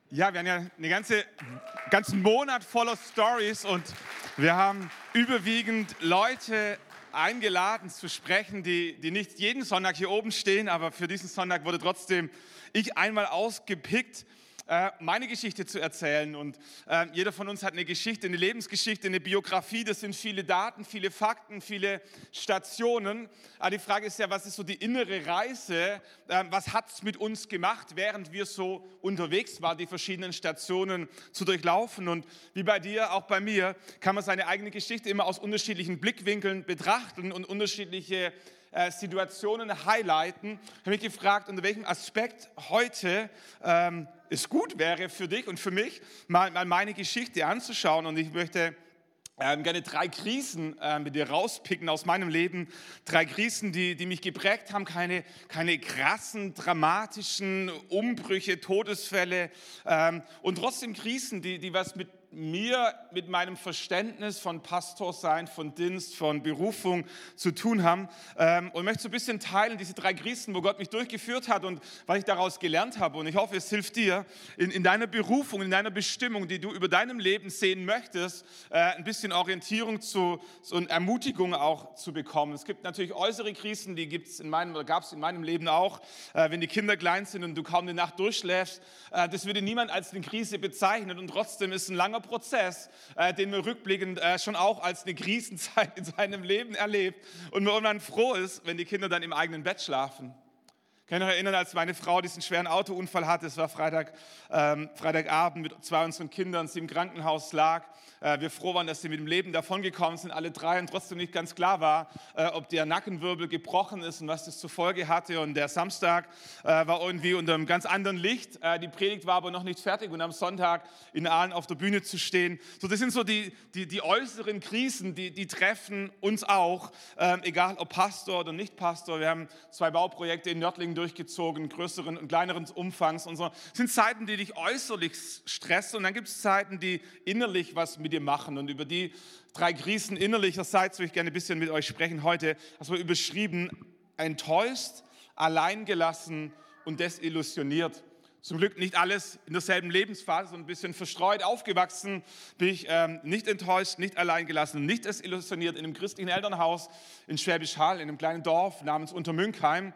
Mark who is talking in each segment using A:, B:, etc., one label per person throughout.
A: Ja, wir haben ja ganzen Monat voller Stories und wir haben überwiegend Leute eingeladen zu sprechen, die nicht jeden Sonntag hier oben stehen, aber für diesen Sonntag wurde trotzdem ich einmal ausgepickt, meine Geschichte zu erzählen. Und jeder von uns hat eine Geschichte, eine Lebensgeschichte, eine Biografie. Das sind viele Daten, viele Fakten, viele Stationen. Aber die Frage ist ja, was ist so die innere Reise? Was hat es mit uns gemacht, während wir so unterwegs waren, die verschiedenen Stationen zu durchlaufen? Und wie bei dir, auch bei mir, kann man seine eigene Geschichte immer aus unterschiedlichen Blickwinkeln betrachten und unterschiedliche Situationen highlighten. Ich habe mich gefragt, unter welchem Aspekt heute es gut wäre für dich und für mich, mal meine Geschichte anzuschauen. Und ich möchte gerne 3 Krisen mit dir rauspicken aus meinem Leben. 3 Krisen, die mich geprägt haben. Keine krassen, dramatischen Umbrüche, Todesfälle. Und trotzdem Krisen, die was mit mir, mit meinem Verständnis von Pastorsein, von Dienst, von Berufung zu tun haben. Und möchte so ein bisschen teilen, diese 3 Krisen, wo Gott mich durchgeführt hat und was ich daraus gelernt habe. Und ich hoffe, es hilft dir in deiner Berufung, in deiner Bestimmung, die du über deinem Leben sehen möchtest, ein bisschen Orientierung und Ermutigung auch zu bekommen. Es gibt natürlich äußere Krisen, die gab es in meinem Leben auch. Wenn die Kinder klein sind und du kaum eine Nacht durchschläfst, das würde niemand als eine Krise bezeichnen. Und trotzdem ist ein langer Prozess, den man rückblickend schon auch als eine Krisenzeit in seinem Leben erlebt und man irgendwann froh ist, wenn die Kinder dann im eigenen Bett schlafen. Ich kann mich noch erinnern, als meine Frau diesen schweren Autounfall hatte, es war Freitagabend mit 2 unseren Kindern, sie im Krankenhaus lag. Wir froh waren, dass sie mit dem Leben davongekommen sind, alle 3, und trotzdem nicht ganz klar war, ob der Nackenwirbel gebrochen ist und was das zur Folge hatte. Und der Samstag war irgendwie unter einem ganz anderen Licht. Die Predigt war aber noch nicht fertig und am Sonntag in Aalen auf der Bühne zu stehen. So, das sind so die äußeren Krisen, die treffen uns auch, egal ob Pastor oder nicht Pastor. Wir haben 2 Bauprojekte in Nördlingen durchgezogen, größeren und kleineren Umfangs. Und so. Das sind Zeiten, die dich äußerlich stressen, und dann gibt es Zeiten, die innerlich was mit dir machen. Und über die 3 Krisen innerlicherseits würde ich gerne ein bisschen mit euch sprechen heute. Das war überschrieben: enttäuscht, alleingelassen und desillusioniert. Zum Glück nicht alles in derselben Lebensphase, sondern ein bisschen verstreut aufgewachsen. Bin ich nicht enttäuscht, nicht alleingelassen, nicht desillusioniert in einem christlichen Elternhaus in Schwäbisch Hall, in einem kleinen Dorf namens Untermünkheim.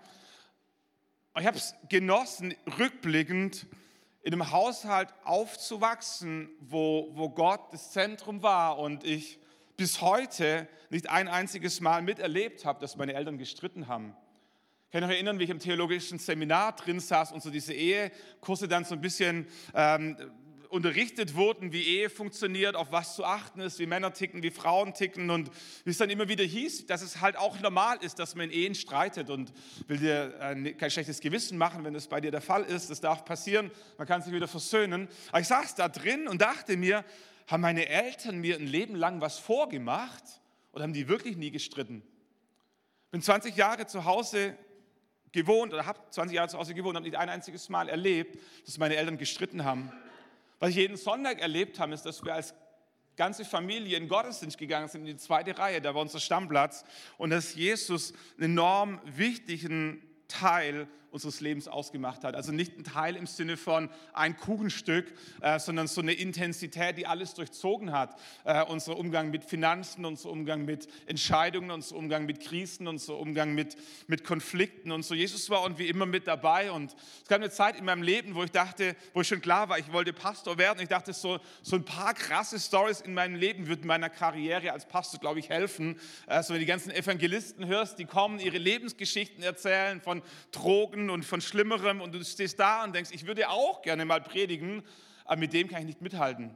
A: Ich habe es genossen, rückblickend in einem Haushalt aufzuwachsen, wo Gott das Zentrum war und ich bis heute nicht ein einziges Mal miterlebt habe, dass meine Eltern gestritten haben. Ich kann mich noch erinnern, wie ich im theologischen Seminar drin saß und so diese Ehekurse dann so ein bisschen unterrichtet wurden, wie Ehe funktioniert, auf was zu achten ist, wie Männer ticken, wie Frauen ticken, und wie es dann immer wieder hieß, dass es halt auch normal ist, dass man in Ehen streitet, und will dir kein schlechtes Gewissen machen, wenn das bei dir der Fall ist. Das darf passieren, man kann sich wieder versöhnen. Aber ich saß da drin und dachte mir, haben meine Eltern mir ein Leben lang was vorgemacht oder haben die wirklich nie gestritten? Ich bin 20 Jahre zu Hause gewohnt oder habe 20 Jahre zu Hause gewohnt, habe nicht ein einziges Mal erlebt, dass meine Eltern gestritten haben. Was ich jeden Sonntag erlebt habe, ist, dass wir als ganze Familie in den Gottesdienst gegangen sind, in die 2. Reihe, da war unser Stammplatz, und dass Jesus einen enorm wichtigen Teil unseres Lebens ausgemacht hat. Also nicht ein Teil im Sinne von ein Kuchenstück, sondern so eine Intensität, die alles durchzogen hat. Unser Umgang mit Finanzen, unser Umgang mit Entscheidungen, unser Umgang mit Krisen, unser Umgang mit Konflikten und so. Jesus war irgendwie immer mit dabei, und es gab eine Zeit in meinem Leben, wo ich schon klar war, ich wollte Pastor werden. Ich dachte, so ein paar krasse Stories in meinem Leben würden meiner Karriere als Pastor, glaube ich, helfen. Also wenn du die ganzen Evangelisten hörst, die kommen, ihre Lebensgeschichten erzählen von Drogen und von Schlimmerem, und du stehst da und denkst, ich würde auch gerne mal predigen, aber mit dem kann ich nicht mithalten.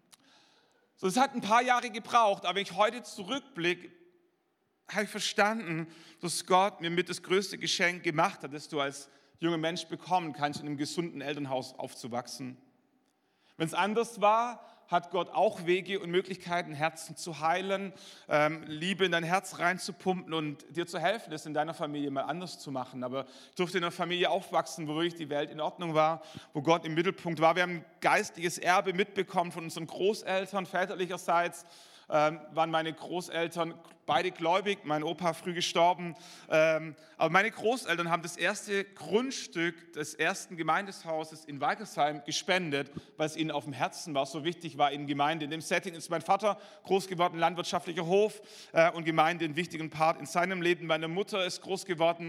A: So, es hat ein paar Jahre gebraucht, aber wenn ich heute zurückblicke, habe ich verstanden, dass Gott mir mit das größte Geschenk gemacht hat, das du als junger Mensch bekommen kannst, in einem gesunden Elternhaus aufzuwachsen. Wenn es anders war, hat Gott auch Wege und Möglichkeiten, Herzen zu heilen, Liebe in dein Herz reinzupumpen und dir zu helfen, das in deiner Familie mal anders zu machen. Aber ich durfte in einer Familie aufwachsen, wo wirklich die Welt in Ordnung war, wo Gott im Mittelpunkt war. Wir haben ein geistliches Erbe mitbekommen von unseren Großeltern väterlicherseits, waren meine Großeltern beide gläubig, mein Opa früh gestorben. Aber meine Großeltern haben das erste Grundstück des ersten Gemeindehauses in Weikersheim gespendet, weil es ihnen auf dem Herzen war, so wichtig war ihnen Gemeinde. In dem Setting ist mein Vater groß geworden, landwirtschaftlicher Hof und Gemeinde einen wichtigen Part in seinem Leben. Meine Mutter ist groß geworden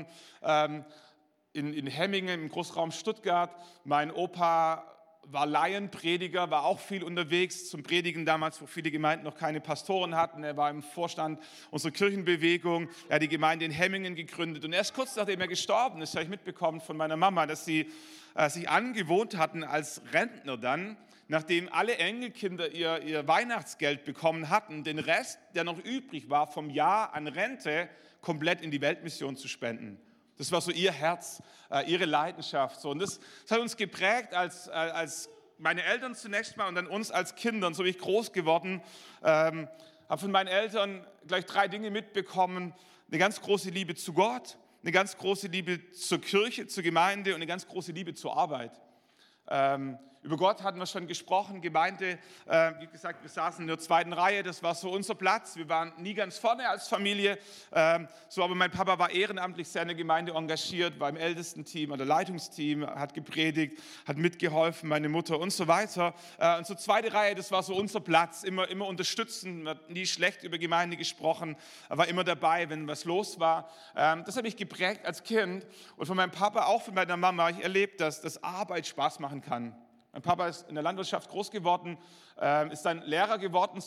A: in Hemmingen im Großraum Stuttgart. Mein Opa war Laienprediger, war auch viel unterwegs zum Predigen damals, wo viele Gemeinden noch keine Pastoren hatten. Er war im Vorstand unserer Kirchenbewegung. Er hat die Gemeinde in Hemmingen gegründet. Und erst kurz nachdem er gestorben ist, habe ich mitbekommen von meiner Mama, dass sie sich angewohnt hatten als Rentner dann, nachdem alle Enkelkinder ihr Weihnachtsgeld bekommen hatten, den Rest, der noch übrig war vom Jahr an Rente, komplett in die Weltmission zu spenden. Das war so ihr Herz, ihre Leidenschaft. So. Und das hat uns geprägt als meine Eltern zunächst mal und dann uns als Kinder. Und so bin ich groß geworden, habe von meinen Eltern gleich 3 Dinge mitbekommen. Eine ganz große Liebe zu Gott, eine ganz große Liebe zur Kirche, zur Gemeinde und eine ganz große Liebe zur Arbeit. Über Gott hatten wir schon gesprochen, Gemeinde, wie gesagt, wir saßen in der 2. Reihe, das war so unser Platz, wir waren nie ganz vorne als Familie, aber mein Papa war ehrenamtlich sehr in der Gemeinde engagiert, war im Ältestenteam oder Leitungsteam, hat gepredigt, hat mitgeholfen, meine Mutter und so weiter. Und so 2. Reihe, das war so unser Platz, immer unterstützen, hat nie schlecht über Gemeinde gesprochen, war immer dabei, wenn was los war. Das habe ich geprägt als Kind und von meinem Papa, auch von meiner Mama, habe ich erlebt, dass Arbeit Spaß machen kann. Mein Papa ist in der Landwirtschaft groß geworden, ist dann Lehrer geworden,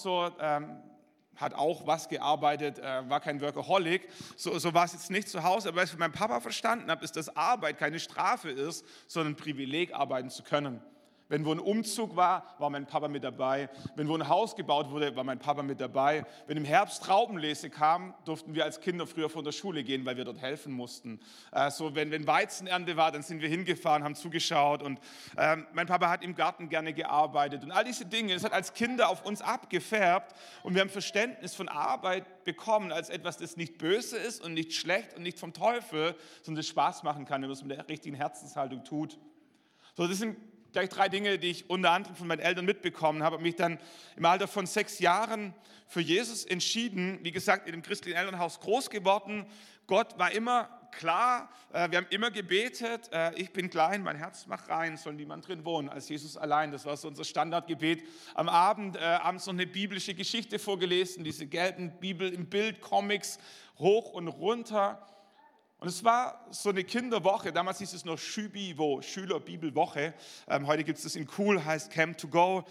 A: hat auch was gearbeitet, war kein Workaholic. So war es jetzt nicht zu Hause, aber was ich von meinem Papa verstanden habe, ist, dass Arbeit keine Strafe ist, sondern ein Privileg, arbeiten zu können. Wenn wo ein Umzug war, war mein Papa mit dabei. Wenn wo ein Haus gebaut wurde, war mein Papa mit dabei. Wenn im Herbst Traubenlese kam, durften wir als Kinder früher von der Schule gehen, weil wir dort helfen mussten. Wenn Weizenernte war, dann sind wir hingefahren, haben zugeschaut. Und mein Papa hat im Garten gerne gearbeitet. Und all diese Dinge, das hat als Kinder auf uns abgefärbt. Und wir haben Verständnis von Arbeit bekommen als etwas, das nicht böse ist und nicht schlecht und nicht vom Teufel, sondern das Spaß machen kann, wenn man es mit der richtigen Herzenshaltung tut. Das sind gleich 3 Dinge, die ich unter anderem von meinen Eltern mitbekommen habe. Ich habe mich dann im Alter von 6 Jahren für Jesus entschieden. Wie gesagt, in dem christlichen Elternhaus groß geworden. Gott war immer klar. Wir haben immer gebetet. Ich bin klein, mein Herz macht rein, soll niemand drin wohnen als Jesus allein. Das war so unser Standardgebet. Am Abend abends noch eine biblische Geschichte vorgelesen. Diese gelben Bibel im Bild, Comics hoch und runter. Und es war so eine Kinderwoche, damals hieß es noch Schübiwo, Schülerbibelwoche. Heute gibt es das in cool, heißt Camp to Go.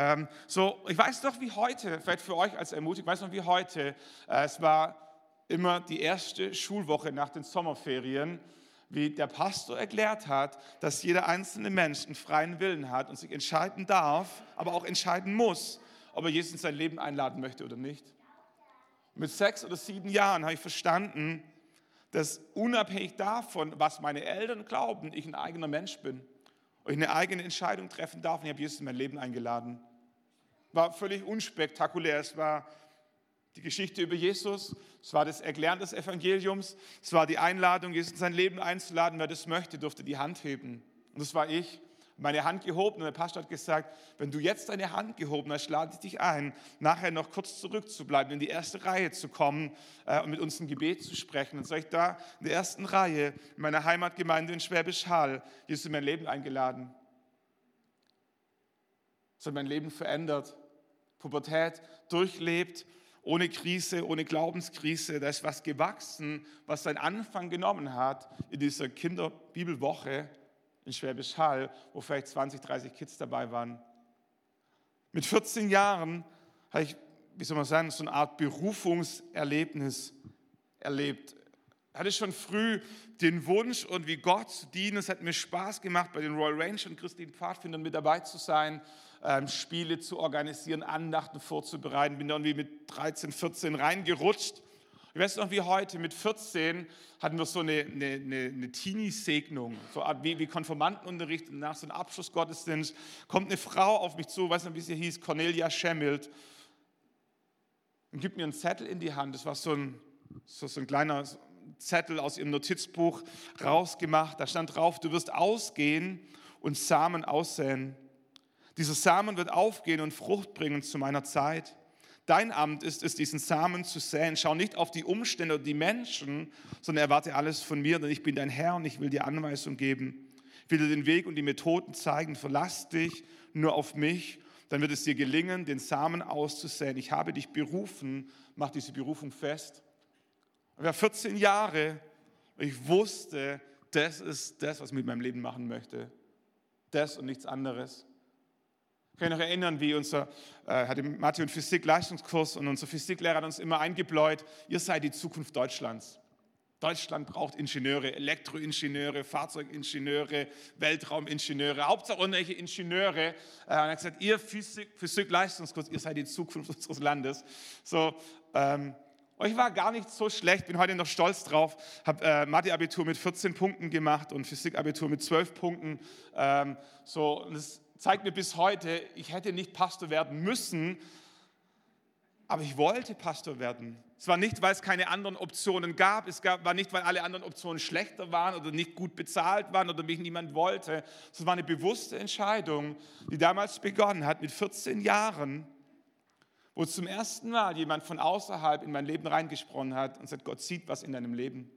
A: Ich weiß noch wie heute, vielleicht für euch als Ermutigung, ich weiß noch wie heute, es war immer die erste Schulwoche nach den Sommerferien, wie der Pastor erklärt hat, dass jeder einzelne Mensch einen freien Willen hat und sich entscheiden darf, aber auch entscheiden muss, ob er Jesus in sein Leben einladen möchte oder nicht. Und mit 6 oder 7 Jahren habe ich verstanden, dass unabhängig davon, was meine Eltern glauben, ich ein eigener Mensch bin und ich eine eigene Entscheidung treffen darf. Und ich habe Jesus in mein Leben eingeladen. War völlig unspektakulär. Es war die Geschichte über Jesus, es war das Erklären des Evangeliums, es war die Einladung, Jesus in sein Leben einzuladen. Wer das möchte, durfte die Hand heben. Und das war ich. Meine Hand gehoben und der Pastor hat gesagt, wenn du jetzt deine Hand gehoben hast, lade ich dich ein, nachher noch kurz zurückzubleiben, in die erste Reihe zu kommen und mit uns ein Gebet zu sprechen. Und so habe ich da in der ersten Reihe in meiner Heimatgemeinde in Schwäbisch Hall Jesus in mein Leben eingeladen. Es hat mein Leben verändert, Pubertät durchlebt, ohne Krise, ohne Glaubenskrise. Da ist was gewachsen, was seinen Anfang genommen hat in dieser Kinderbibelwoche in Schwäbisch Hall, wo vielleicht 20, 30 Kids dabei waren. Mit 14 Jahren habe ich, so eine Art Berufungserlebnis erlebt. Ich hatte schon früh den Wunsch, und wie Gott zu dienen. Es hat mir Spaß gemacht, bei den Royal Rangers und christlichen Pfadfindern mit dabei zu sein, Spiele zu organisieren, Andachten vorzubereiten. Bin da irgendwie mit 13, 14 reingerutscht. Ich weiß noch wie heute, mit 14 hatten wir so eine Teenie-Segnung, so wie Konfirmandenunterricht. Und nach so einem Abschlussgottesdienst kommt eine Frau auf mich zu, weiß nicht, wie sie hieß, Cornelia Schemmelt, und gibt mir einen Zettel in die Hand. Das war so ein kleiner Zettel aus ihrem Notizbuch rausgemacht. Da stand drauf, du wirst ausgehen und Samen aussäen. Dieser Samen wird aufgehen und Frucht bringen zu meiner Zeit. Dein Amt ist es, diesen Samen zu säen. Schau nicht auf die Umstände oder die Menschen, sondern erwarte alles von mir, denn ich bin dein Herr und ich will dir Anweisung geben. Ich will dir den Weg und die Methoden zeigen. Verlass dich nur auf mich, dann wird es dir gelingen, den Samen auszusäen. Ich habe dich berufen, mach diese Berufung fest. Ich war 14 Jahre und ich wusste, das ist das, was ich mit meinem Leben machen möchte. Das und nichts anderes. Ich kann mich noch erinnern, wie hatte Mathe- und Physik-Leistungskurs und unser Physiklehrer hat uns immer eingebläut, ihr seid die Zukunft Deutschlands. Deutschland braucht Ingenieure, Elektroingenieure, Fahrzeugingenieure, Weltraumingenieure, Hauptsache irgendwelche Ingenieure. Und er hat gesagt, ihr Physik-Leistungskurs, ihr seid die Zukunft unseres Landes. Ich war gar nicht so schlecht, bin heute noch stolz drauf, habe Mathe-Abitur mit 14 Punkten gemacht und Physik-Abitur mit 12 Punkten. Und das zeigt mir bis heute, ich hätte nicht Pastor werden müssen, aber ich wollte Pastor werden. Es war nicht, weil es keine anderen Optionen gab. War nicht, weil alle anderen Optionen schlechter waren oder nicht gut bezahlt waren oder mich niemand wollte. Es war eine bewusste Entscheidung, die damals begonnen hat mit 14 Jahren, wo zum ersten Mal jemand von außerhalb in mein Leben reingesprochen hat und sagt, Gott sieht was in deinem Leben.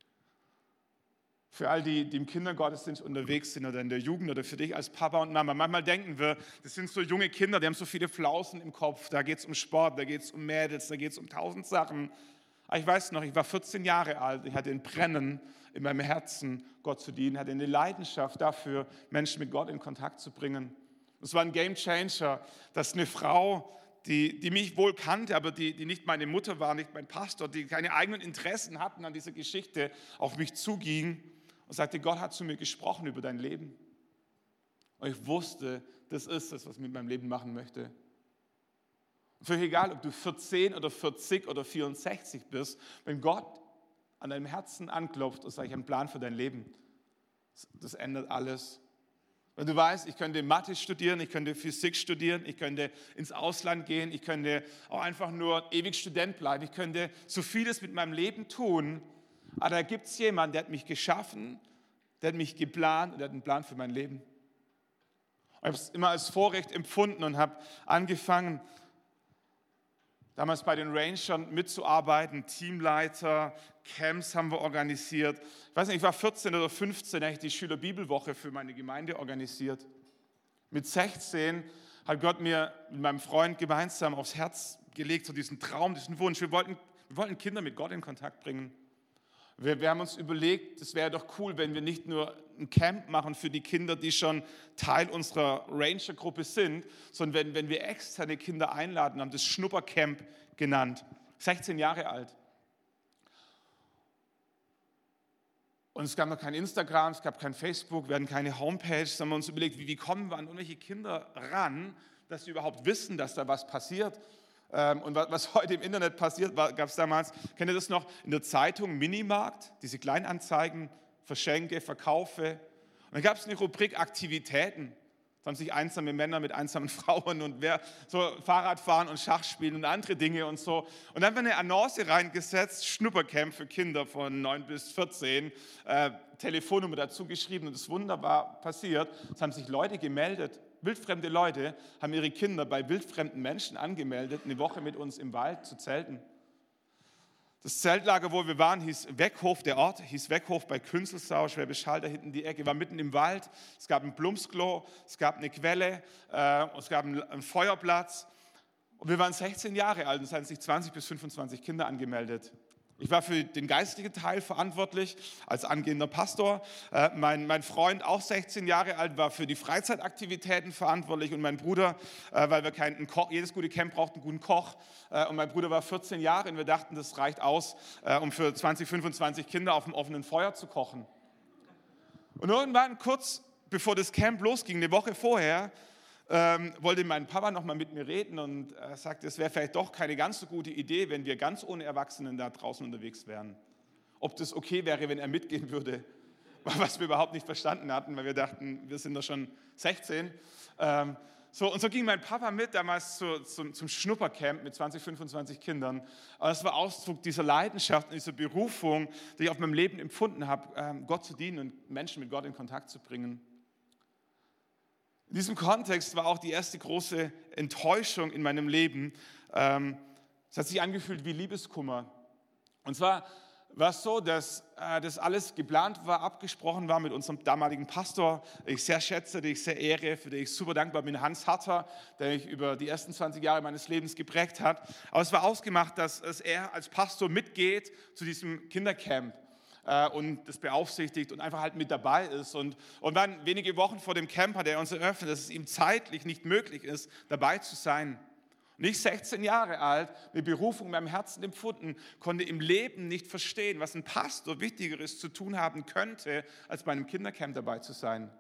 A: Für all die im Kindergottesdienst unterwegs sind oder in der Jugend oder für dich als Papa und Mama. Manchmal denken wir, das sind so junge Kinder, die haben so viele Flausen im Kopf. Da geht es um Sport, da geht es um Mädels, da geht es um 1000 Sachen. Aber ich weiß noch, ich war 14 Jahre alt, ich hatte ein Brennen in meinem Herzen, Gott zu dienen, hatte eine Leidenschaft dafür, Menschen mit Gott in Kontakt zu bringen. Es war ein Game Changer, dass eine Frau, die mich wohl kannte, aber die nicht meine Mutter war, nicht mein Pastor, die keine eigenen Interessen hatten an dieser Geschichte, auf mich zuging und sagte, Gott hat zu mir gesprochen über dein Leben. Und ich wusste, das ist es, was ich mit meinem Leben machen möchte. Und völlig egal, ob du 14 oder 40 oder 64 bist, wenn Gott an deinem Herzen anklopft und sagt, ich habe einen Plan für dein Leben, das ändert alles. Wenn du weißt, ich könnte Mathe studieren, ich könnte Physik studieren, ich könnte ins Ausland gehen, ich könnte auch einfach nur ewig Student bleiben, ich könnte so vieles mit meinem Leben tun, aber da gibt es jemanden, der hat mich geschaffen, der hat mich geplant und der hat einen Plan für mein Leben. Ich habe es immer als Vorrecht empfunden und habe angefangen, damals bei den Rangern mitzuarbeiten, Teamleiter, Camps haben wir organisiert. Ich weiß nicht, ich war 14 oder 15, da habe ich die Schülerbibelwoche für meine Gemeinde organisiert. Mit 16 hat Gott mir mit meinem Freund gemeinsam aufs Herz gelegt, so diesen Traum, diesen Wunsch. Wir wollten Kinder mit Gott in Kontakt bringen. Wir haben uns überlegt, es wäre doch cool, wenn wir nicht nur ein Camp machen für die Kinder, die schon Teil unserer Ranger-Gruppe sind, sondern wenn wir externe Kinder einladen, haben das Schnuppercamp genannt. 16 Jahre alt. Und es gab noch kein Instagram, es gab kein Facebook, wir hatten keine Homepage, sondern wir haben uns überlegt, wie kommen wir an irgendwelche Kinder ran, dass sie überhaupt wissen, dass da was passiert. Und was heute im Internet passiert, gab es damals, kennt ihr das noch, in der Zeitung Minimarkt, diese Kleinanzeigen, Verschenke, Verkaufe. Und dann gab es eine Rubrik Aktivitäten. Da haben sich einsame Männer mit einsamen Frauen und so Fahrradfahren und Schachspielen und andere Dinge und so. Und dann haben wir eine Annonce reingesetzt, Schnuppercamp für Kinder von 9 bis 14, Telefonnummer dazu geschrieben und das ist wunderbar passiert. Es haben sich Leute gemeldet. Wildfremde Leute haben ihre Kinder bei wildfremden Menschen angemeldet, eine Woche mit uns im Wald zu zelten. Das Zeltlager, wo wir waren, hieß Weckhof, der Ort hieß Weckhof bei Künzelsau, Schwäbisch Hall, da hinten die Ecke, war mitten im Wald. Es gab ein Plumpsklo, es gab eine Quelle, es gab einen Feuerplatz. Und wir waren 16 Jahre alt und es hatten sich 20 bis 25 Kinder angemeldet. Ich war für den geistlichen Teil verantwortlich, als angehender Pastor. Mein Freund, auch 16 Jahre alt, war für die Freizeitaktivitäten verantwortlich. Und mein Bruder, weil wir keinen Koch, jedes gute Camp braucht einen guten Koch. Und mein Bruder war 14 Jahre und wir dachten, das reicht aus, um für 20, 25 Kinder auf dem offenen Feuer zu kochen. Und irgendwann, kurz bevor das Camp losging, eine Woche vorher, wollte mein Papa noch mal mit mir reden und sagte, es wäre vielleicht doch keine ganz so gute Idee, wenn wir ganz ohne Erwachsenen da draußen unterwegs wären. Ob das okay wäre, wenn er mitgehen würde, was wir überhaupt nicht verstanden hatten, weil wir dachten, wir sind doch schon 16. Und so ging mein Papa mit damals zum Schnuppercamp mit 20, 25 Kindern. Und das war Ausdruck dieser Leidenschaft und dieser Berufung, die ich auf meinem Leben empfunden habe, Gott zu dienen und Menschen mit Gott in Kontakt zu bringen. In diesem Kontext war auch die erste große Enttäuschung in meinem Leben, Es hat sich angefühlt wie Liebeskummer. Und zwar war es so, dass das alles geplant war, abgesprochen war mit unserem damaligen Pastor, den ich sehr schätze, den ich sehr ehre, für den ich super dankbar bin, Hans Harter, der mich über die ersten 20 Jahre meines Lebens geprägt hat. Aber es war ausgemacht, dass er als Pastor mitgeht zu diesem Kindercamp und das beaufsichtigt und einfach halt mit dabei ist. Und dann wenige Wochen vor dem Camp hat er uns eröffnet, dass es ihm zeitlich nicht möglich ist, dabei zu sein. Und ich, 16 Jahre alt, mit Berufung in meinem Herzen empfunden, konnte im Leben nicht verstehen, was ein Pastor Wichtigeres zu tun haben könnte, als bei einem Kindercamp dabei zu sein.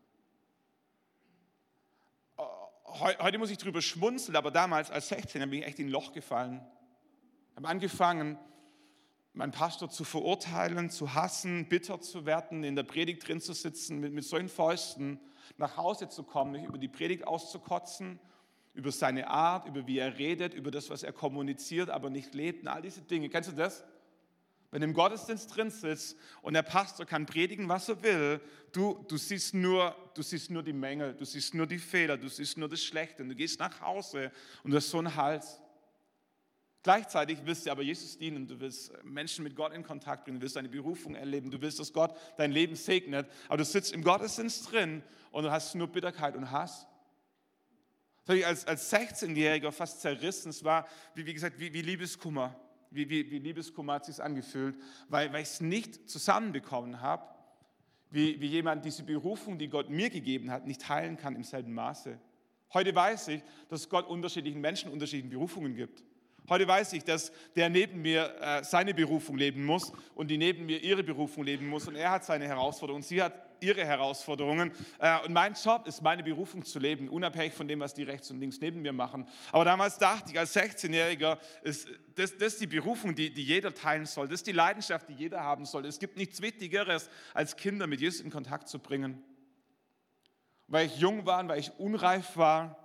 A: Heute muss ich drüber schmunzeln, aber damals als 16 bin ich echt in ein Loch gefallen. Ich habe angefangen, meinen Pastor zu verurteilen, zu hassen, bitter zu werden, in der Predigt drin zu sitzen, mit solchen Fäusten nach Hause zu kommen, mich über die Predigt auszukotzen, über seine Art, über wie er redet, über das, was er kommuniziert, aber nicht lebt und all diese Dinge. Kennst du das? Wenn du im Gottesdienst drin sitzt und der Pastor kann predigen, was er will, du siehst nur die Mängel, du siehst nur die Fehler, du siehst nur das Schlechte und du gehst nach Hause und du hast so einen Hals. Gleichzeitig willst du aber Jesus dienen, du willst Menschen mit Gott in Kontakt bringen, du willst deine Berufung erleben, du willst, dass Gott dein Leben segnet, aber du sitzt im Gottesdienst drin und du hast nur Bitterkeit und Hass. Das habe ich als 16-Jähriger fast zerrissen. Es war, wie gesagt, wie Liebeskummer. Wie Liebeskummer hat es sich angefühlt, weil ich es nicht zusammenbekommen habe, wie jemand diese Berufung, die Gott mir gegeben hat, nicht teilen kann im selben Maße. Heute weiß ich, dass Gott unterschiedlichen Menschen unterschiedliche Berufungen gibt. Heute weiß ich, dass der neben mir seine Berufung leben muss und die neben mir ihre Berufung leben muss. Und er hat seine Herausforderungen, sie hat ihre Herausforderungen. Und mein Job ist, meine Berufung zu leben, unabhängig von dem, was die rechts und links neben mir machen. Aber damals dachte ich als 16-Jähriger, das ist die Berufung, die jeder teilen soll. Das ist die Leidenschaft, die jeder haben soll. Es gibt nichts Wichtigeres, als Kinder mit Jesus in Kontakt zu bringen. Weil ich jung war, weil ich unreif war,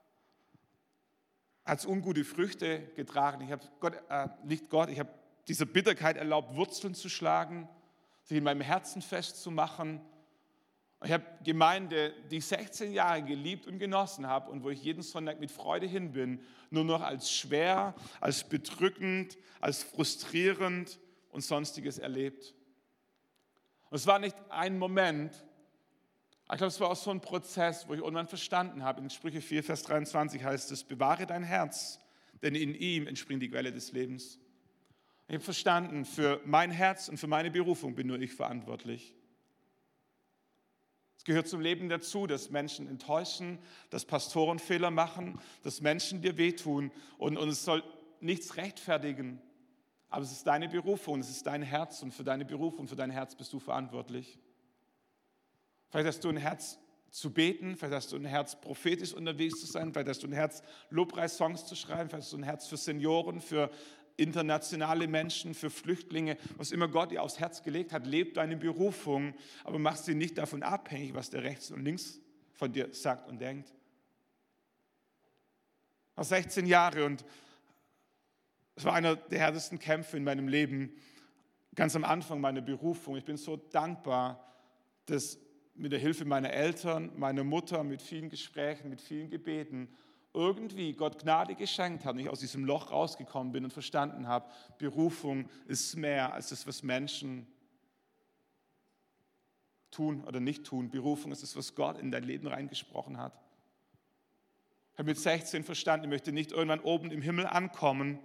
A: hat es ungute Früchte getragen. Ich habe dieser Bitterkeit erlaubt, Wurzeln zu schlagen, sich in meinem Herzen festzumachen. Ich habe Gemeinde, die ich 16 Jahre geliebt und genossen habe und wo ich jeden Sonntag mit Freude hin bin, nur noch als schwer, als bedrückend, als frustrierend und Sonstiges erlebt. Und es war nicht ein Moment, ich glaube, es war auch so ein Prozess, wo ich irgendwann verstanden habe, in Sprüche 4, Vers 23 heißt es, bewahre dein Herz, denn in ihm entspringt die Quelle des Lebens. Ich habe verstanden, für mein Herz und für meine Berufung bin nur ich verantwortlich. Es gehört zum Leben dazu, dass Menschen enttäuschen, dass Pastoren Fehler machen, dass Menschen dir wehtun und es soll nichts rechtfertigen. Aber es ist deine Berufung, es ist dein Herz und für deine Berufung, für dein Herz bist du verantwortlich. Vielleicht hast du ein Herz zu beten, vielleicht hast du ein Herz, prophetisch unterwegs zu sein, vielleicht hast du ein Herz, Lobpreis-Songs zu schreiben, vielleicht hast du ein Herz für Senioren, für internationale Menschen, für Flüchtlinge, was immer Gott dir aufs Herz gelegt hat, lebt deine Berufung, aber mach sie nicht davon abhängig, was der rechts und links von dir sagt und denkt. Ich war 16 Jahre und es war einer der härtesten Kämpfe in meinem Leben, ganz am Anfang meiner Berufung. Ich bin so dankbar, dass mit der Hilfe meiner Eltern, meiner Mutter, mit vielen Gesprächen, mit vielen Gebeten, irgendwie Gott Gnade geschenkt hat und ich aus diesem Loch rausgekommen bin und verstanden habe, Berufung ist mehr als das, was Menschen tun oder nicht tun. Berufung ist das, was Gott in dein Leben reingesprochen hat. Ich habe mit 16 verstanden, ich möchte nicht irgendwann oben im Himmel ankommen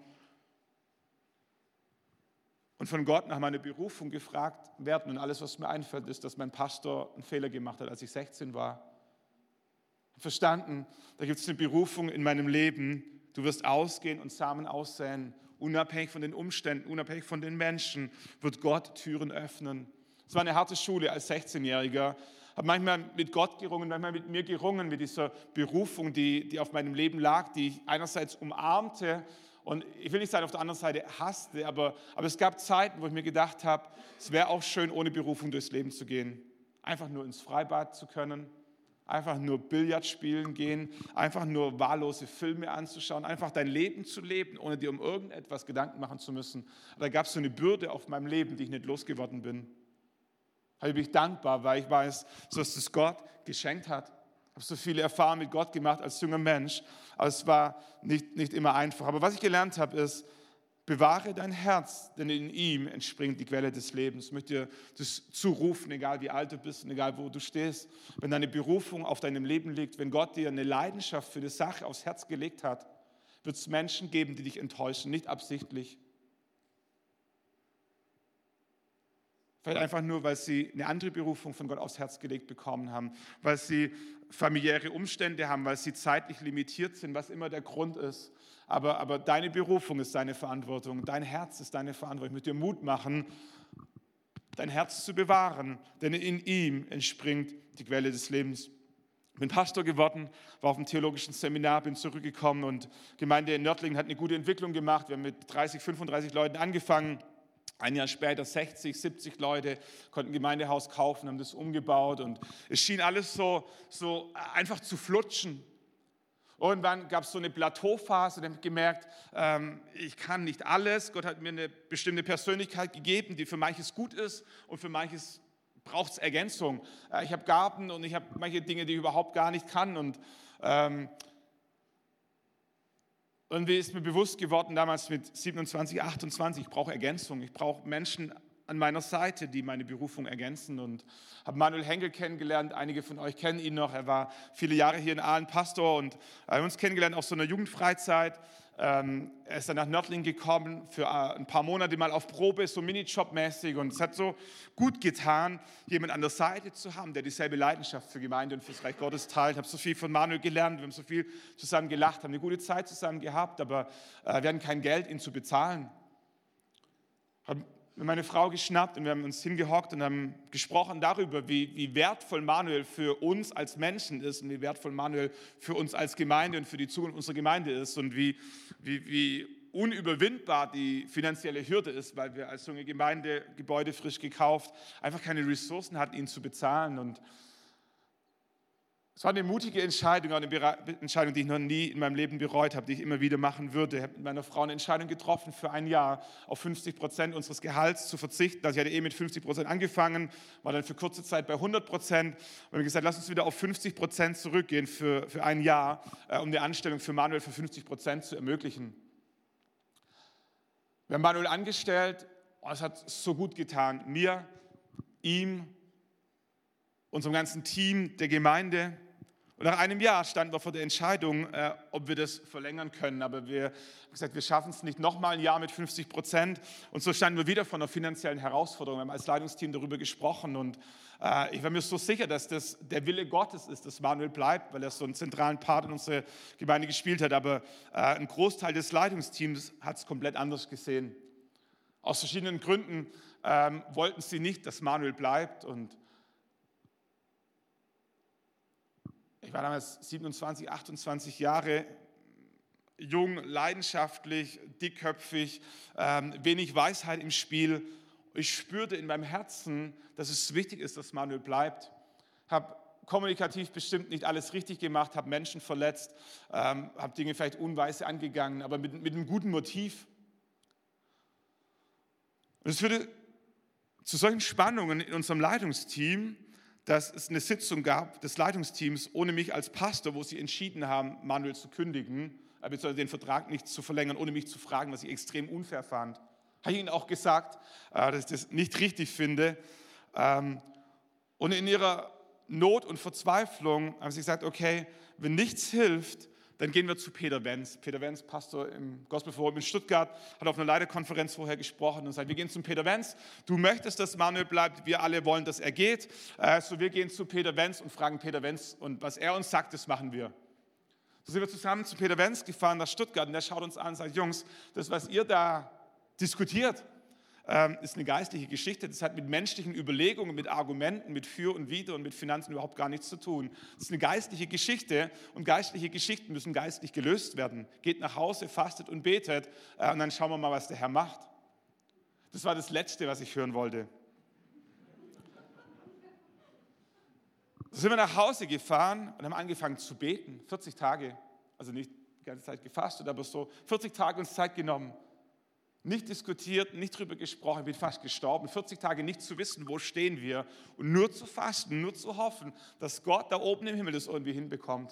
A: und von Gott nach meiner Berufung gefragt werden. Und alles, was mir einfällt, ist, dass mein Pastor einen Fehler gemacht hat, als ich 16 war. Ich habe verstanden, da gibt es eine Berufung in meinem Leben. Du wirst ausgehen und Samen aussäen. Unabhängig von den Umständen, unabhängig von den Menschen, wird Gott Türen öffnen. Es war eine harte Schule als 16-Jähriger. Ich habe manchmal mit Gott gerungen, manchmal mit mir gerungen, mit dieser Berufung, die auf meinem Leben lag, die ich einerseits umarmte, und ich will nicht sagen, auf der anderen Seite hasste, aber es gab Zeiten, wo ich mir gedacht habe, es wäre auch schön, ohne Berufung durchs Leben zu gehen. Einfach nur ins Freibad zu können, einfach nur Billard spielen gehen, einfach nur wahllose Filme anzuschauen, einfach dein Leben zu leben, ohne dir um irgendetwas Gedanken machen zu müssen. Aber da gab es so eine Bürde auf meinem Leben, die ich nicht losgeworden bin. Da bin ich dankbar, weil ich weiß, dass das Gott geschenkt hat. habe so viele Erfahrungen mit Gott gemacht als junger Mensch, aber es war nicht immer einfach. Aber was ich gelernt habe, ist, bewahre dein Herz, denn in ihm entspringt die Quelle des Lebens. Ich möchte dir das zurufen, egal wie alt du bist und egal wo du stehst. Wenn deine Berufung auf deinem Leben liegt, wenn Gott dir eine Leidenschaft für die Sache aufs Herz gelegt hat, wird es Menschen geben, die dich enttäuschen, nicht absichtlich. Vielleicht einfach nur, weil sie eine andere Berufung von Gott aufs Herz gelegt bekommen haben, weil sie familiäre Umstände haben, weil sie zeitlich limitiert sind, was immer der Grund ist. Aber deine Berufung ist deine Verantwortung, dein Herz ist deine Verantwortung. Ich möchte dir Mut machen, dein Herz zu bewahren, denn in ihm entspringt die Quelle des Lebens. Ich bin Pastor geworden, war auf dem theologischen Seminar, bin zurückgekommen und die Gemeinde in Nördlingen hat eine gute Entwicklung gemacht. Wir haben mit 30, 35 Leuten angefangen. Ein Jahr später 60, 70 Leute konnten ein Gemeindehaus kaufen, haben das umgebaut und es schien alles so einfach zu flutschen. Irgendwann gab es so eine Plateauphase, da habe ich gemerkt, ich kann nicht alles. Gott hat mir eine bestimmte Persönlichkeit gegeben, die für manches gut ist und für manches braucht es Ergänzung. Ich habe Gaben und ich habe manche Dinge, die ich überhaupt gar nicht kann und irgendwie ist mir bewusst geworden, damals mit 27, 28, ich brauche Ergänzung. Ich brauche Menschen an meiner Seite, die meine Berufung ergänzen. Und habe Manuel Henkel kennengelernt. Einige von euch kennen ihn noch. Er war viele Jahre hier in Aalen Pastor und haben uns kennengelernt auf so einer Jugendfreizeit. Er ist dann nach Nördlingen gekommen für ein paar Monate mal auf Probe, so Minijob-mäßig. Und es hat so gut getan, jemanden an der Seite zu haben, der dieselbe Leidenschaft für Gemeinde und fürs Reich Gottes teilt. Ich habe so viel von Manuel gelernt, wir haben so viel zusammen gelacht, haben eine gute Zeit zusammen gehabt, aber wir hatten kein Geld, ihn zu bezahlen. Ich habe meine Frau geschnappt und wir haben uns hingehockt und haben gesprochen darüber, wie wertvoll Manuel für uns als Menschen ist und wie wertvoll Manuel für uns als Gemeinde und für die Zukunft unserer Gemeinde ist und wie unüberwindbar die finanzielle Hürde ist, weil wir als junge Gemeinde Gebäude frisch gekauft, einfach keine Ressourcen hatten, ihn zu bezahlen. Und es war eine mutige Entscheidung, eine Entscheidung, die ich noch nie in meinem Leben bereut habe, die ich immer wieder machen würde. Ich habe mit meiner Frau eine Entscheidung getroffen, für ein Jahr auf 50% unseres Gehalts zu verzichten. Also ich hatte mit 50% angefangen, war dann für kurze Zeit bei 100%. Und wir haben gesagt, lass uns wieder auf 50% zurückgehen für ein Jahr, um eine Anstellung für Manuel für 50% zu ermöglichen. Wir haben Manuel angestellt und es hat so gut getan. Mir, ihm, unserem ganzen Team, der Gemeinde. Und nach einem Jahr standen wir vor der Entscheidung, ob wir das verlängern können. Aber wir haben gesagt, wir schaffen es nicht nochmal ein Jahr mit 50%. Und so standen wir wieder vor einer finanziellen Herausforderung. Wir haben als Leitungsteam darüber gesprochen. Und ich war mir so sicher, dass das der Wille Gottes ist, dass Manuel bleibt, weil er so einen zentralen Part in unserer Gemeinde gespielt hat. Aber ein Großteil des Leitungsteams hat es komplett anders gesehen. Aus verschiedenen Gründen wollten sie nicht, dass Manuel bleibt. Und ich war damals 27, 28 Jahre, jung, leidenschaftlich, dickköpfig, wenig Weisheit im Spiel. Ich spürte in meinem Herzen, dass es wichtig ist, dass Manuel bleibt. Habe kommunikativ bestimmt nicht alles richtig gemacht, habe Menschen verletzt, habe Dinge vielleicht unweise angegangen, aber mit einem guten Motiv. Und es führte zu solchen Spannungen in unserem Leitungsteam, dass es eine Sitzung gab des Leitungsteams ohne mich als Pastor, wo sie entschieden haben, Manuel zu kündigen, beziehungsweise den Vertrag nicht zu verlängern, ohne mich zu fragen, was ich extrem unfair fand. Habe ich ihnen auch gesagt, dass ich das nicht richtig finde. Und in ihrer Not und Verzweiflung haben sie gesagt, okay, wenn nichts hilft, dann gehen wir zu Peter Wenz. Peter Wenz, Pastor im Gospelforum in Stuttgart, hat auf einer Leiterkonferenz vorher gesprochen und sagt, wir gehen zum Peter Wenz. Du möchtest, dass Manuel bleibt, wir alle wollen, dass er geht. So wir gehen zu Peter Wenz und fragen Peter Wenz und was er uns sagt, das machen wir. So sind wir zusammen zu Peter Wenz gefahren nach Stuttgart und der schaut uns an und sagt, Jungs, das, was ihr da diskutiert, ist eine geistliche Geschichte. Das hat mit menschlichen Überlegungen, mit Argumenten, mit Für und Wider und mit Finanzen überhaupt gar nichts zu tun. Das ist eine geistliche Geschichte und geistliche Geschichten müssen geistlich gelöst werden. Geht nach Hause, fastet und betet und dann schauen wir mal, was der Herr macht. Das war das Letzte, was ich hören wollte. So sind wir nach Hause gefahren und haben angefangen zu beten. 40 Tage, also nicht die ganze Zeit gefastet, aber so 40 Tage uns Zeit genommen. nicht diskutiert, nicht drüber gesprochen, ich bin fast gestorben. 40 Tage nicht zu wissen, wo stehen wir und nur zu fasten, nur zu hoffen, dass Gott da oben im Himmel das irgendwie hinbekommt.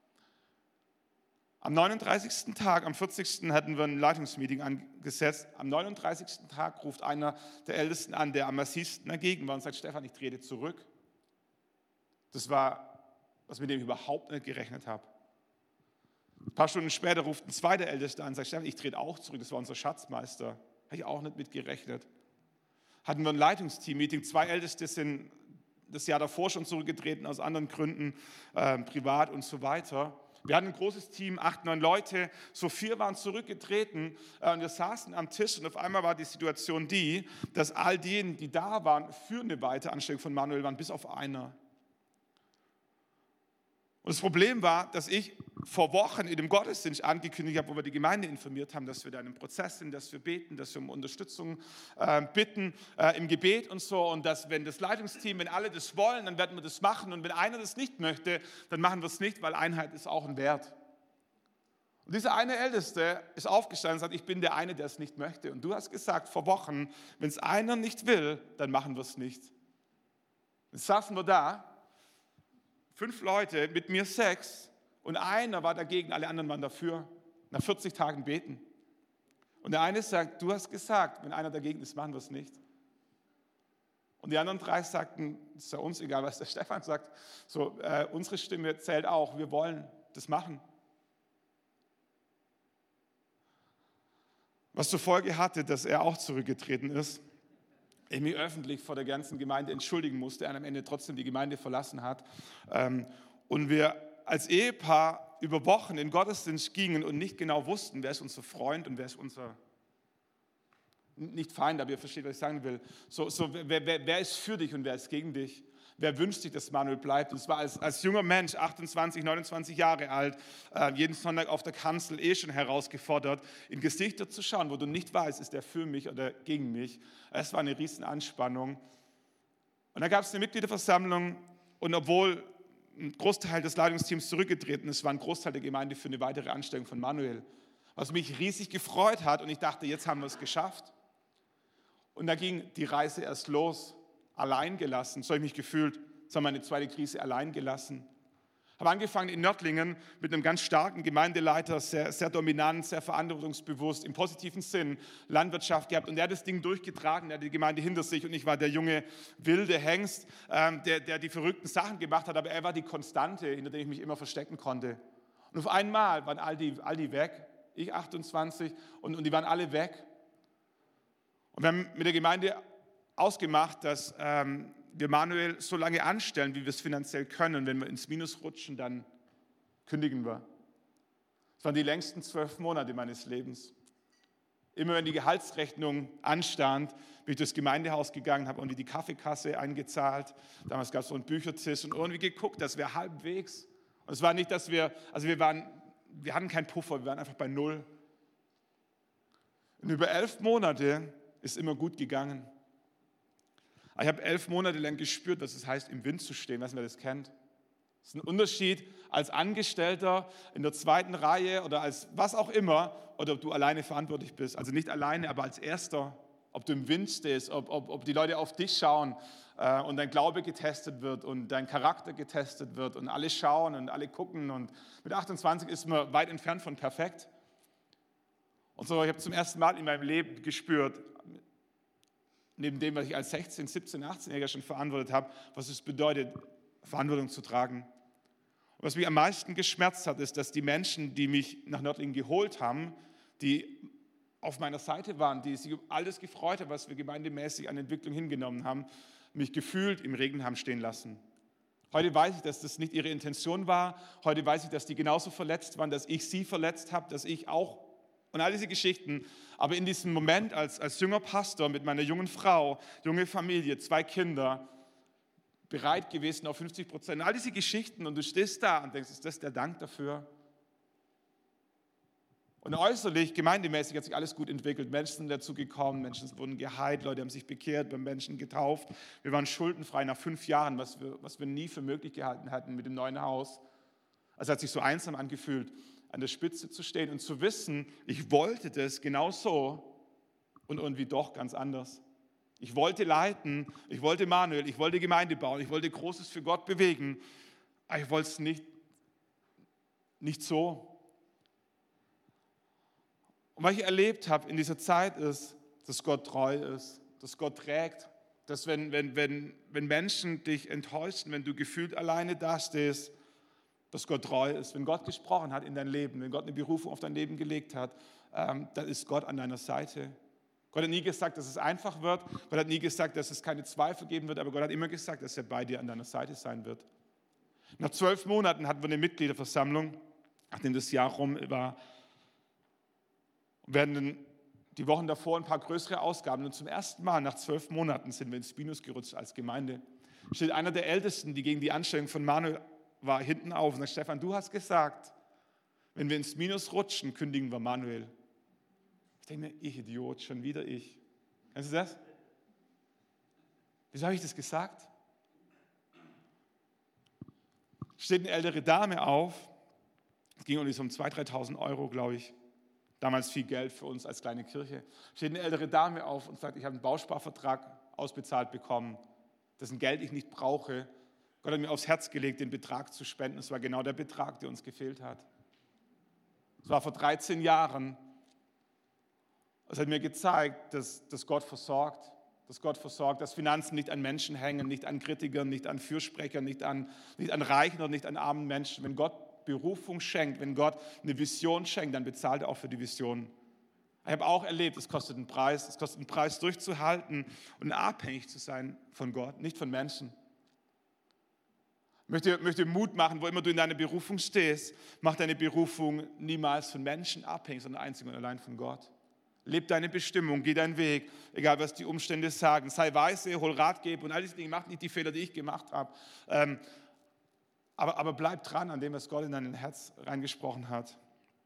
A: Am 39. Tag, am 40. hatten wir ein Leitungsmeeting angesetzt. Am 39. Tag ruft einer der Ältesten an, der am massivsten dagegen war und sagt, Stefan, ich trete zurück. Das war, was mit dem ich überhaupt nicht gerechnet habe. Ein paar Stunden später ruft ein zweiter Ältester an und sagt, Stefan, ich trete auch zurück. Das war unser Schatzmeister. Habe ich auch nicht mit gerechnet. Hatten wir ein Leitungsteam-Meeting. 2 Älteste sind das Jahr davor schon zurückgetreten, aus anderen Gründen, privat und so weiter. Wir hatten ein großes Team, 8, 9 Leute, so 4 waren zurückgetreten und wir saßen am Tisch und auf einmal war die Situation die, dass all diejenigen, die da waren, für eine Weiteranstellung von Manuel waren, bis auf einer. Und das Problem war, dass ich vor Wochen in dem Gottesdienst angekündigt habe, wo wir die Gemeinde informiert haben, dass wir da in einem Prozess sind, dass wir beten, dass wir um Unterstützung bitten im Gebet und so. Und dass, wenn das Leitungsteam, wenn alle das wollen, dann werden wir das machen. Und wenn einer das nicht möchte, dann machen wir es nicht, weil Einheit ist auch ein Wert. Und dieser eine Älteste ist aufgestanden und sagt, ich bin der eine, der es nicht möchte. Und du hast gesagt vor Wochen, wenn es einer nicht will, dann machen wir es nicht. Jetzt saßen wir da, 5 Leute, mit mir 6 und einer war dagegen, alle anderen waren dafür, nach 40 Tagen beten. Und der eine sagt, du hast gesagt, wenn einer dagegen ist, machen wir es nicht. Und die anderen 3 sagten, es ist ja uns egal, was der Stefan sagt, so, unsere Stimme zählt auch, wir wollen das machen. Was zur Folge hatte, dass er auch zurückgetreten ist, ich mich öffentlich vor der ganzen Gemeinde entschuldigen musste, er am Ende trotzdem die Gemeinde verlassen hat. Und wir als Ehepaar über Wochen in Gottesdienst gingen und nicht genau wussten, wer ist unser Freund und wer ist unser, nicht Feind, aber ihr versteht, was ich sagen will. Wer ist für dich und wer ist gegen dich? Wer wünscht sich, dass Manuel bleibt? Und zwar als junger Mensch, 28, 29 Jahre alt, jeden Sonntag auf der Kanzel schon herausgefordert, in Gesichter zu schauen, wo du nicht weißt, ist der für mich oder gegen mich. Es war eine riesen Anspannung. Und dann gab es eine Mitgliederversammlung und obwohl ein Großteil des Leitungsteams zurückgetreten ist, war ein Großteil der Gemeinde für eine weitere Anstellung von Manuel. Was mich riesig gefreut hat und ich dachte, jetzt haben wir es geschafft. Und da ging die Reise erst los. Allein gelassen, so habe ich mich gefühlt, das war meine zweite Krise, allein gelassen. Habe angefangen in Nördlingen mit einem ganz starken Gemeindeleiter, sehr, sehr dominant, sehr verantwortungsbewusst, im positiven Sinn, Landwirtschaft gehabt und der hat das Ding durchgetragen, der hat die Gemeinde hinter sich und ich war der junge, wilde Hengst, der die verrückten Sachen gemacht hat, aber er war die Konstante, hinter der ich mich immer verstecken konnte. Und auf einmal waren all die weg, ich 28 und die waren alle weg. Und wir haben mit der Gemeinde ausgemacht, dass wir Manuel so lange anstellen, wie wir es finanziell können. Und wenn wir ins Minus rutschen, dann kündigen wir. Das waren die längsten 12 Monate meines Lebens. Immer wenn die Gehaltsrechnung anstand, bin ich durchs Gemeindehaus gegangen, habe irgendwie die Kaffeekasse eingezahlt. Damals gab es so einen Büchertisch und irgendwie geguckt, dass wir halbwegs. Und es war nicht, dass wir hatten keinen Puffer, wir waren einfach bei 0. Und über 11 Monate ist immer gut gegangen. Ich habe 11 Monate lang gespürt, was es heißt, im Wind zu stehen, was man das kennt. Das ist ein Unterschied als Angestellter in der zweiten Reihe oder als was auch immer, oder ob du alleine verantwortlich bist. Also nicht alleine, aber als Erster. Ob du im Wind stehst, ob die Leute auf dich schauen und dein Glaube getestet wird und dein Charakter getestet wird und alle schauen und alle gucken. Und mit 28 ist man weit entfernt von perfekt. Und so, ich habe zum ersten Mal in meinem Leben gespürt, neben dem, was ich als 16-, 17-, 18-Jähriger schon verantwortet habe, was es bedeutet, Verantwortung zu tragen. Und was mich am meisten geschmerzt hat, ist, dass die Menschen, die mich nach Nördlingen geholt haben, die auf meiner Seite waren, die sich um alles gefreut haben, was wir gemeindemäßig an Entwicklung hingenommen haben, mich gefühlt im Regen haben stehen lassen. Heute weiß ich, dass das nicht ihre Intention war. Heute weiß ich, dass die genauso verletzt waren, dass ich sie verletzt habe, dass ich auch und all diese Geschichten. Aber in diesem Moment als junger Pastor mit meiner jungen Frau, junge Familie, 2 Kinder, bereit gewesen auf 50%. All diese Geschichten und du stehst da und denkst, ist das der Dank dafür? Und äußerlich, gemeindemäßig hat sich alles gut entwickelt. Menschen sind dazugekommen, Menschen wurden geheilt, Leute haben sich bekehrt, wir haben Menschen getauft. Wir waren schuldenfrei nach 5 Jahren, was wir nie für möglich gehalten hatten mit dem neuen Haus. Es hat sich so einsam angefühlt, an der Spitze zu stehen und zu wissen, ich wollte das genau so und irgendwie doch ganz anders. Ich wollte leiten, ich wollte Manuel, ich wollte Gemeinde bauen, ich wollte Großes für Gott bewegen, aber ich wollte es nicht so. Und was ich erlebt habe in dieser Zeit ist, dass Gott treu ist, dass Gott trägt, dass wenn Menschen dich enttäuschen, wenn du gefühlt alleine dastehst, dass Gott treu ist. Wenn Gott gesprochen hat in dein Leben, wenn Gott eine Berufung auf dein Leben gelegt hat, dann ist Gott an deiner Seite. Gott hat nie gesagt, dass es einfach wird. Gott hat nie gesagt, dass es keine Zweifel geben wird. Aber Gott hat immer gesagt, dass er bei dir an deiner Seite sein wird. Nach 12 Monaten hatten wir eine Mitgliederversammlung, nachdem das Jahr rum war. Werden die Wochen davor ein paar größere Ausgaben. Und zum ersten Mal nach 12 Monaten sind wir ins Minus gerutscht als Gemeinde. Steht einer der Ältesten, die gegen die Anstellung von Manuel war, hinten auf und sagt, Stefan, du hast gesagt, wenn wir ins Minus rutschen, kündigen wir Manuel. Ich denke mir, ich Idiot, schon wieder ich. Kennst du das? Wieso habe ich das gesagt? Steht eine ältere Dame auf, es ging um 2.000, 3.000 Euro, glaube ich. Damals viel Geld für uns als kleine Kirche. Steht eine ältere Dame auf und sagt, ich habe einen Bausparvertrag ausbezahlt bekommen, dessen Geld ich nicht brauche. Gott hat mir aufs Herz gelegt, den Betrag zu spenden. Es war genau der Betrag, der uns gefehlt hat. Es war vor 13 Jahren. Es hat mir gezeigt, dass Gott versorgt. Dass Gott versorgt, dass Finanzen nicht an Menschen hängen, nicht an Kritikern, nicht an Fürsprechern, nicht an Reichen oder nicht an armen Menschen. Wenn Gott Berufung schenkt, wenn Gott eine Vision schenkt, dann bezahlt er auch für die Vision. Ich habe auch erlebt, es kostet einen Preis durchzuhalten und abhängig zu sein von Gott, nicht von Menschen. Ich möchte Mut machen, wo immer du in deiner Berufung stehst, mach deine Berufung niemals von Menschen abhängig, sondern einzig und allein von Gott. Leb deine Bestimmung, geh deinen Weg, egal was die Umstände sagen. Sei weise, hol Ratgeber und all diese Dinge, mach nicht die Fehler, die ich gemacht habe. Aber bleib dran an dem, was Gott in dein Herz reingesprochen hat.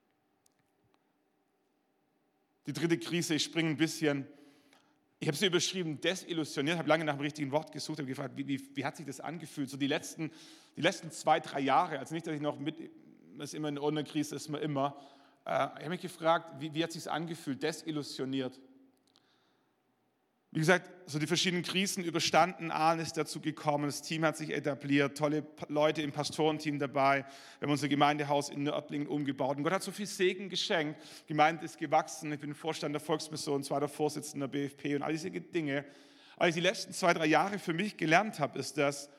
A: Die dritte Krise, ich springe ein bisschen. Ich habe sie überschrieben, desillusioniert, habe lange nach dem richtigen Wort gesucht, habe gefragt, wie hat sich das angefühlt? So die letzten 2-3 Jahre, also nicht, dass ich noch das ist immer in einer Krise, ist man immer. Ich habe mich gefragt, wie hat es sich angefühlt, desillusioniert? Wie gesagt, so die verschiedenen Krisen überstanden, Aalen ist dazu gekommen, das Team hat sich etabliert, tolle Leute im Pastorenteam dabei, wir haben unser Gemeindehaus in Nördlingen umgebaut und Gott hat so viel Segen geschenkt, die Gemeinde ist gewachsen, ich bin Vorstand der Volksmission, zweiter Vorsitzender der BFP und all diese Dinge. Aber ich die letzten 2-3 Jahre für mich gelernt habe, ist, dass,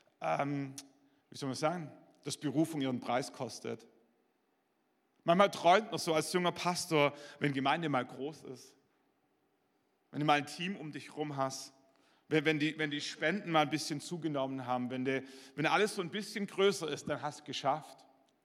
A: dass Berufung ihren Preis kostet. Manchmal träumt man so als junger Pastor, wenn Gemeinde mal groß ist. Wenn du mal ein Team um dich herum hast, wenn die Spenden mal ein bisschen zugenommen haben, wenn alles so ein bisschen größer ist, dann hast du es geschafft.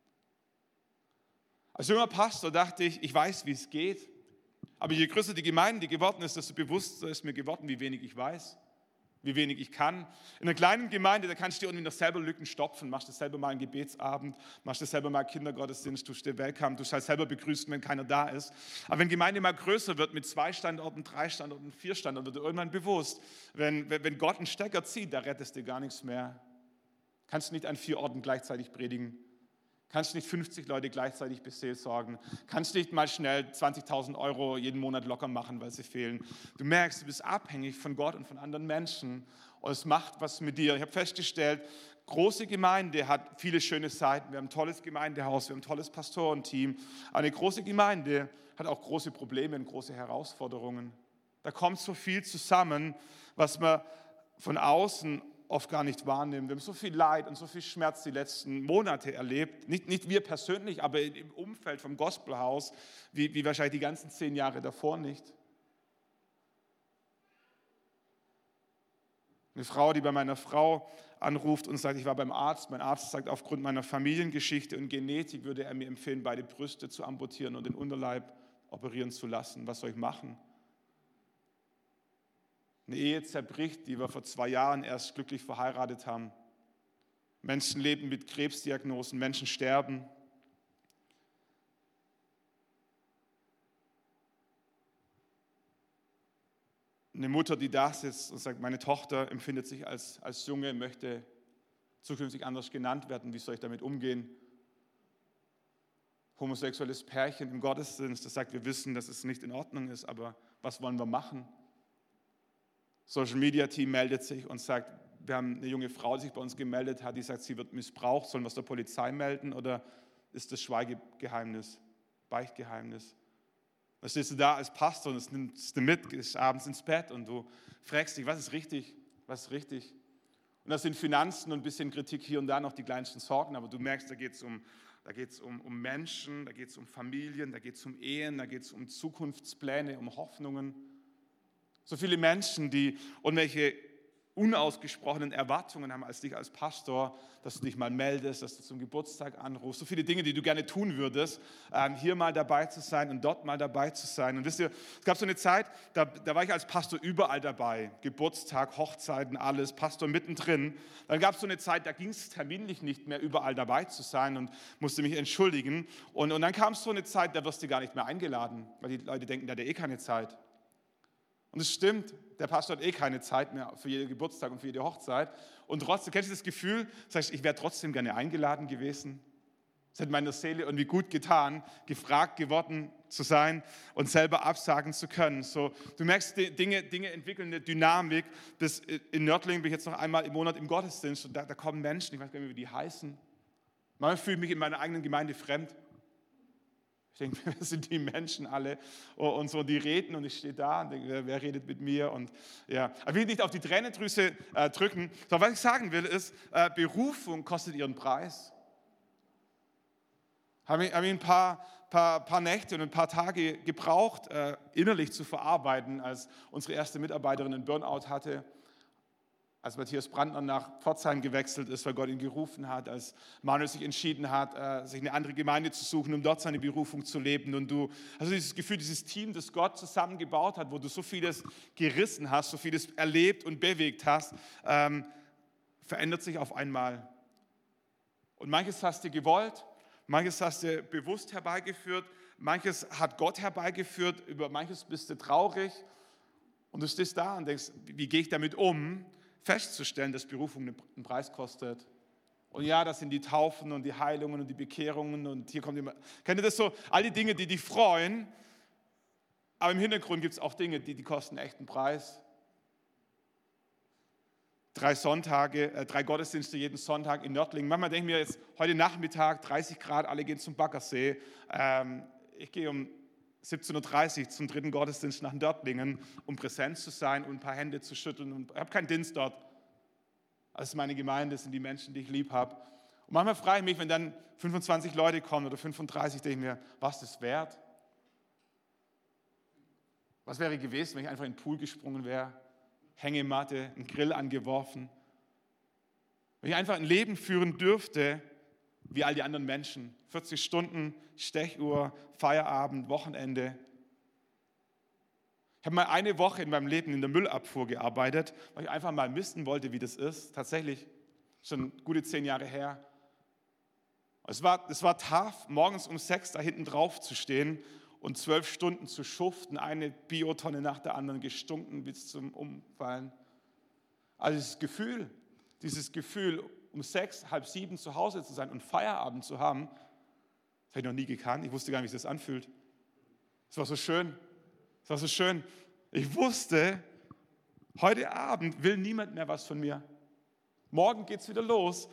A: Als junger Pastor dachte ich, ich weiß, wie es geht, aber je größer die Gemeinde geworden ist, desto bewusster ist mir geworden, wie wenig ich weiß, wie wenig ich kann. In einer kleinen Gemeinde, da kannst du dir irgendwie noch selber Lücken stopfen, machst du selber mal einen Gebetsabend, machst du selber mal Kindergottesdienst, tust dir Welcome, du halt selber begrüßen, wenn keiner da ist. Aber wenn Gemeinde mal größer wird, mit 2 Standorten, 3 Standorten, 4 Standorten, wird dir irgendwann bewusst, wenn Gott einen Stecker zieht, da rettest du gar nichts mehr. Kannst du nicht an 4 Orten gleichzeitig predigen. Kannst nicht 50 Leute gleichzeitig beseelsorgen. Kannst nicht mal schnell 20.000 Euro jeden Monat locker machen, weil sie fehlen. Du merkst, du bist abhängig von Gott und von anderen Menschen. Und es macht was mit dir. Ich habe festgestellt, große Gemeinde hat viele schöne Seiten. Wir haben ein tolles Gemeindehaus, wir haben ein tolles Pastorenteam. Aber eine große Gemeinde hat auch große Probleme und große Herausforderungen. Da kommt so viel zusammen, was man von außen oft gar nicht wahrnehmen. Wir haben so viel Leid und so viel Schmerz die letzten Monate erlebt. Nicht wir persönlich, aber im Umfeld vom Gospelhaus, wie wahrscheinlich die ganzen 10 Jahre davor nicht. Eine Frau, die bei meiner Frau anruft und sagt, ich war beim Arzt. Mein Arzt sagt, aufgrund meiner Familiengeschichte und Genetik würde er mir empfehlen, beide Brüste zu amputieren und den Unterleib operieren zu lassen. Was soll ich machen? Eine Ehe zerbricht, die wir vor 2 Jahren erst glücklich verheiratet haben. Menschen leben mit Krebsdiagnosen, Menschen sterben. Eine Mutter, die da sitzt und sagt, meine Tochter empfindet sich als Junge, möchte zukünftig anders genannt werden. Wie soll ich damit umgehen? Homosexuelles Pärchen im Gottesdienst, das sagt, wir wissen, dass es nicht in Ordnung ist, aber Was wollen wir machen? Social Media Team meldet sich und sagt, wir haben eine junge Frau, die sich bei uns gemeldet hat, die sagt, sie wird missbraucht. Sollen wir es der Polizei melden oder ist das Schweigegeheimnis, Beichtgeheimnis? Dann stehst du da als Pastor und das nimmst du mit, gehst abends ins Bett und du fragst dich, was ist richtig, was ist richtig? Und das sind Finanzen und ein bisschen Kritik hier und da noch die kleinsten Sorgen, aber du merkst, da geht es um Menschen, da geht es um Familien, da geht es um Ehen, da geht es um Zukunftspläne, um Hoffnungen. So viele Menschen, die irgendwelche unausgesprochenen Erwartungen haben als dich als Pastor, dass du dich mal meldest, dass du zum Geburtstag anrufst. So viele Dinge, die du gerne tun würdest, hier mal dabei zu sein und dort mal dabei zu sein. Und wisst ihr, es gab so eine Zeit, da war ich als Pastor überall dabei. Geburtstag, Hochzeiten, alles, Pastor mittendrin. Dann gab es so eine Zeit, da ging es terminlich nicht mehr, überall dabei zu sein und musste mich entschuldigen. Und dann kam so eine Zeit, da wirst du gar nicht mehr eingeladen, weil die Leute denken, der hat eh keine Zeit. Und es stimmt, der Pastor hat eh keine Zeit mehr für jeden Geburtstag und für jede Hochzeit. Und trotzdem, kennst du das Gefühl, sagst, ich wäre trotzdem gerne eingeladen gewesen? Es hat meiner Seele irgendwie gut getan, gefragt geworden zu sein und selber absagen zu können. So, du merkst, Dinge entwickeln eine Dynamik. In Nördlingen bin ich jetzt noch einmal im Monat im Gottesdienst und da kommen Menschen, ich weiß gar nicht mehr, wie die heißen. Manchmal fühle ich mich in meiner eigenen Gemeinde fremd. Ich denke, wer sind die Menschen alle? Und so, die reden und ich stehe da und denke, wer redet mit mir? Und ja, ich will nicht auf die Tränendrüse drücken, sondern was ich sagen will ist, Berufung kostet ihren Preis. Habe ich ein paar Nächte und ein paar Tage gebraucht, innerlich zu verarbeiten, als unsere erste Mitarbeiterin einen Burnout hatte. Als Matthias Brandner nach Pforzheim gewechselt ist, weil Gott ihn gerufen hat, als Manuel sich entschieden hat, sich eine andere Gemeinde zu suchen, um dort seine Berufung zu leben. Und du hast dieses Gefühl, dieses Team, das Gott zusammengebaut hat, wo du so vieles gerissen hast, so vieles erlebt und bewegt hast, verändert sich auf einmal. Und manches hast du gewollt, manches hast du bewusst herbeigeführt, manches hat Gott herbeigeführt, über manches bist du traurig. Und du stehst da und denkst, wie gehe ich damit um? Festzustellen, dass Berufung einen Preis kostet. Und ja, das sind die Taufen und die Heilungen und die Bekehrungen und hier kommt immer, kennt ihr das so? All die Dinge, die dich freuen, aber im Hintergrund gibt es auch Dinge, die kosten echt einen Preis. 3 Gottesdienste jeden Sonntag in Nördlingen. Manchmal denke ich mir jetzt, heute Nachmittag, 30 Grad, alle gehen zum Baggersee. Ich gehe um 17.30 Uhr zum 3. Gottesdienst nach Nördlingen, um präsent zu sein und ein paar Hände zu schütteln. Und ich habe keinen Dienst dort. Das ist meine Gemeinde, das sind die Menschen, die ich lieb habe. Und manchmal frage ich mich, wenn dann 25 Leute kommen oder 35, denke ich mir, was ist das wert? Was wäre gewesen, wenn ich einfach in den Pool gesprungen wäre, Hängematte, einen Grill angeworfen? Wenn ich einfach ein Leben führen dürfte, wie all die anderen Menschen. 40 Stunden, Stechuhr, Feierabend, Wochenende. Ich habe mal eine Woche in meinem Leben in der Müllabfuhr gearbeitet, weil ich einfach mal wissen wollte, wie das ist. Tatsächlich, schon gute 10 Jahre her. Es war tough, morgens um 6 da hinten drauf zu stehen und 12 Stunden zu schuften, eine Biotonne nach der anderen, gestunken bis zum Umfallen. Also dieses Gefühl, um 6, halb 7 zu Hause zu sein und Feierabend zu haben, das habe ich noch nie gekannt. Ich wusste gar nicht, wie sich das anfühlt. Es war so schön. Es war so schön. Ich wusste, heute Abend will niemand mehr was von mir. Morgen geht es wieder los.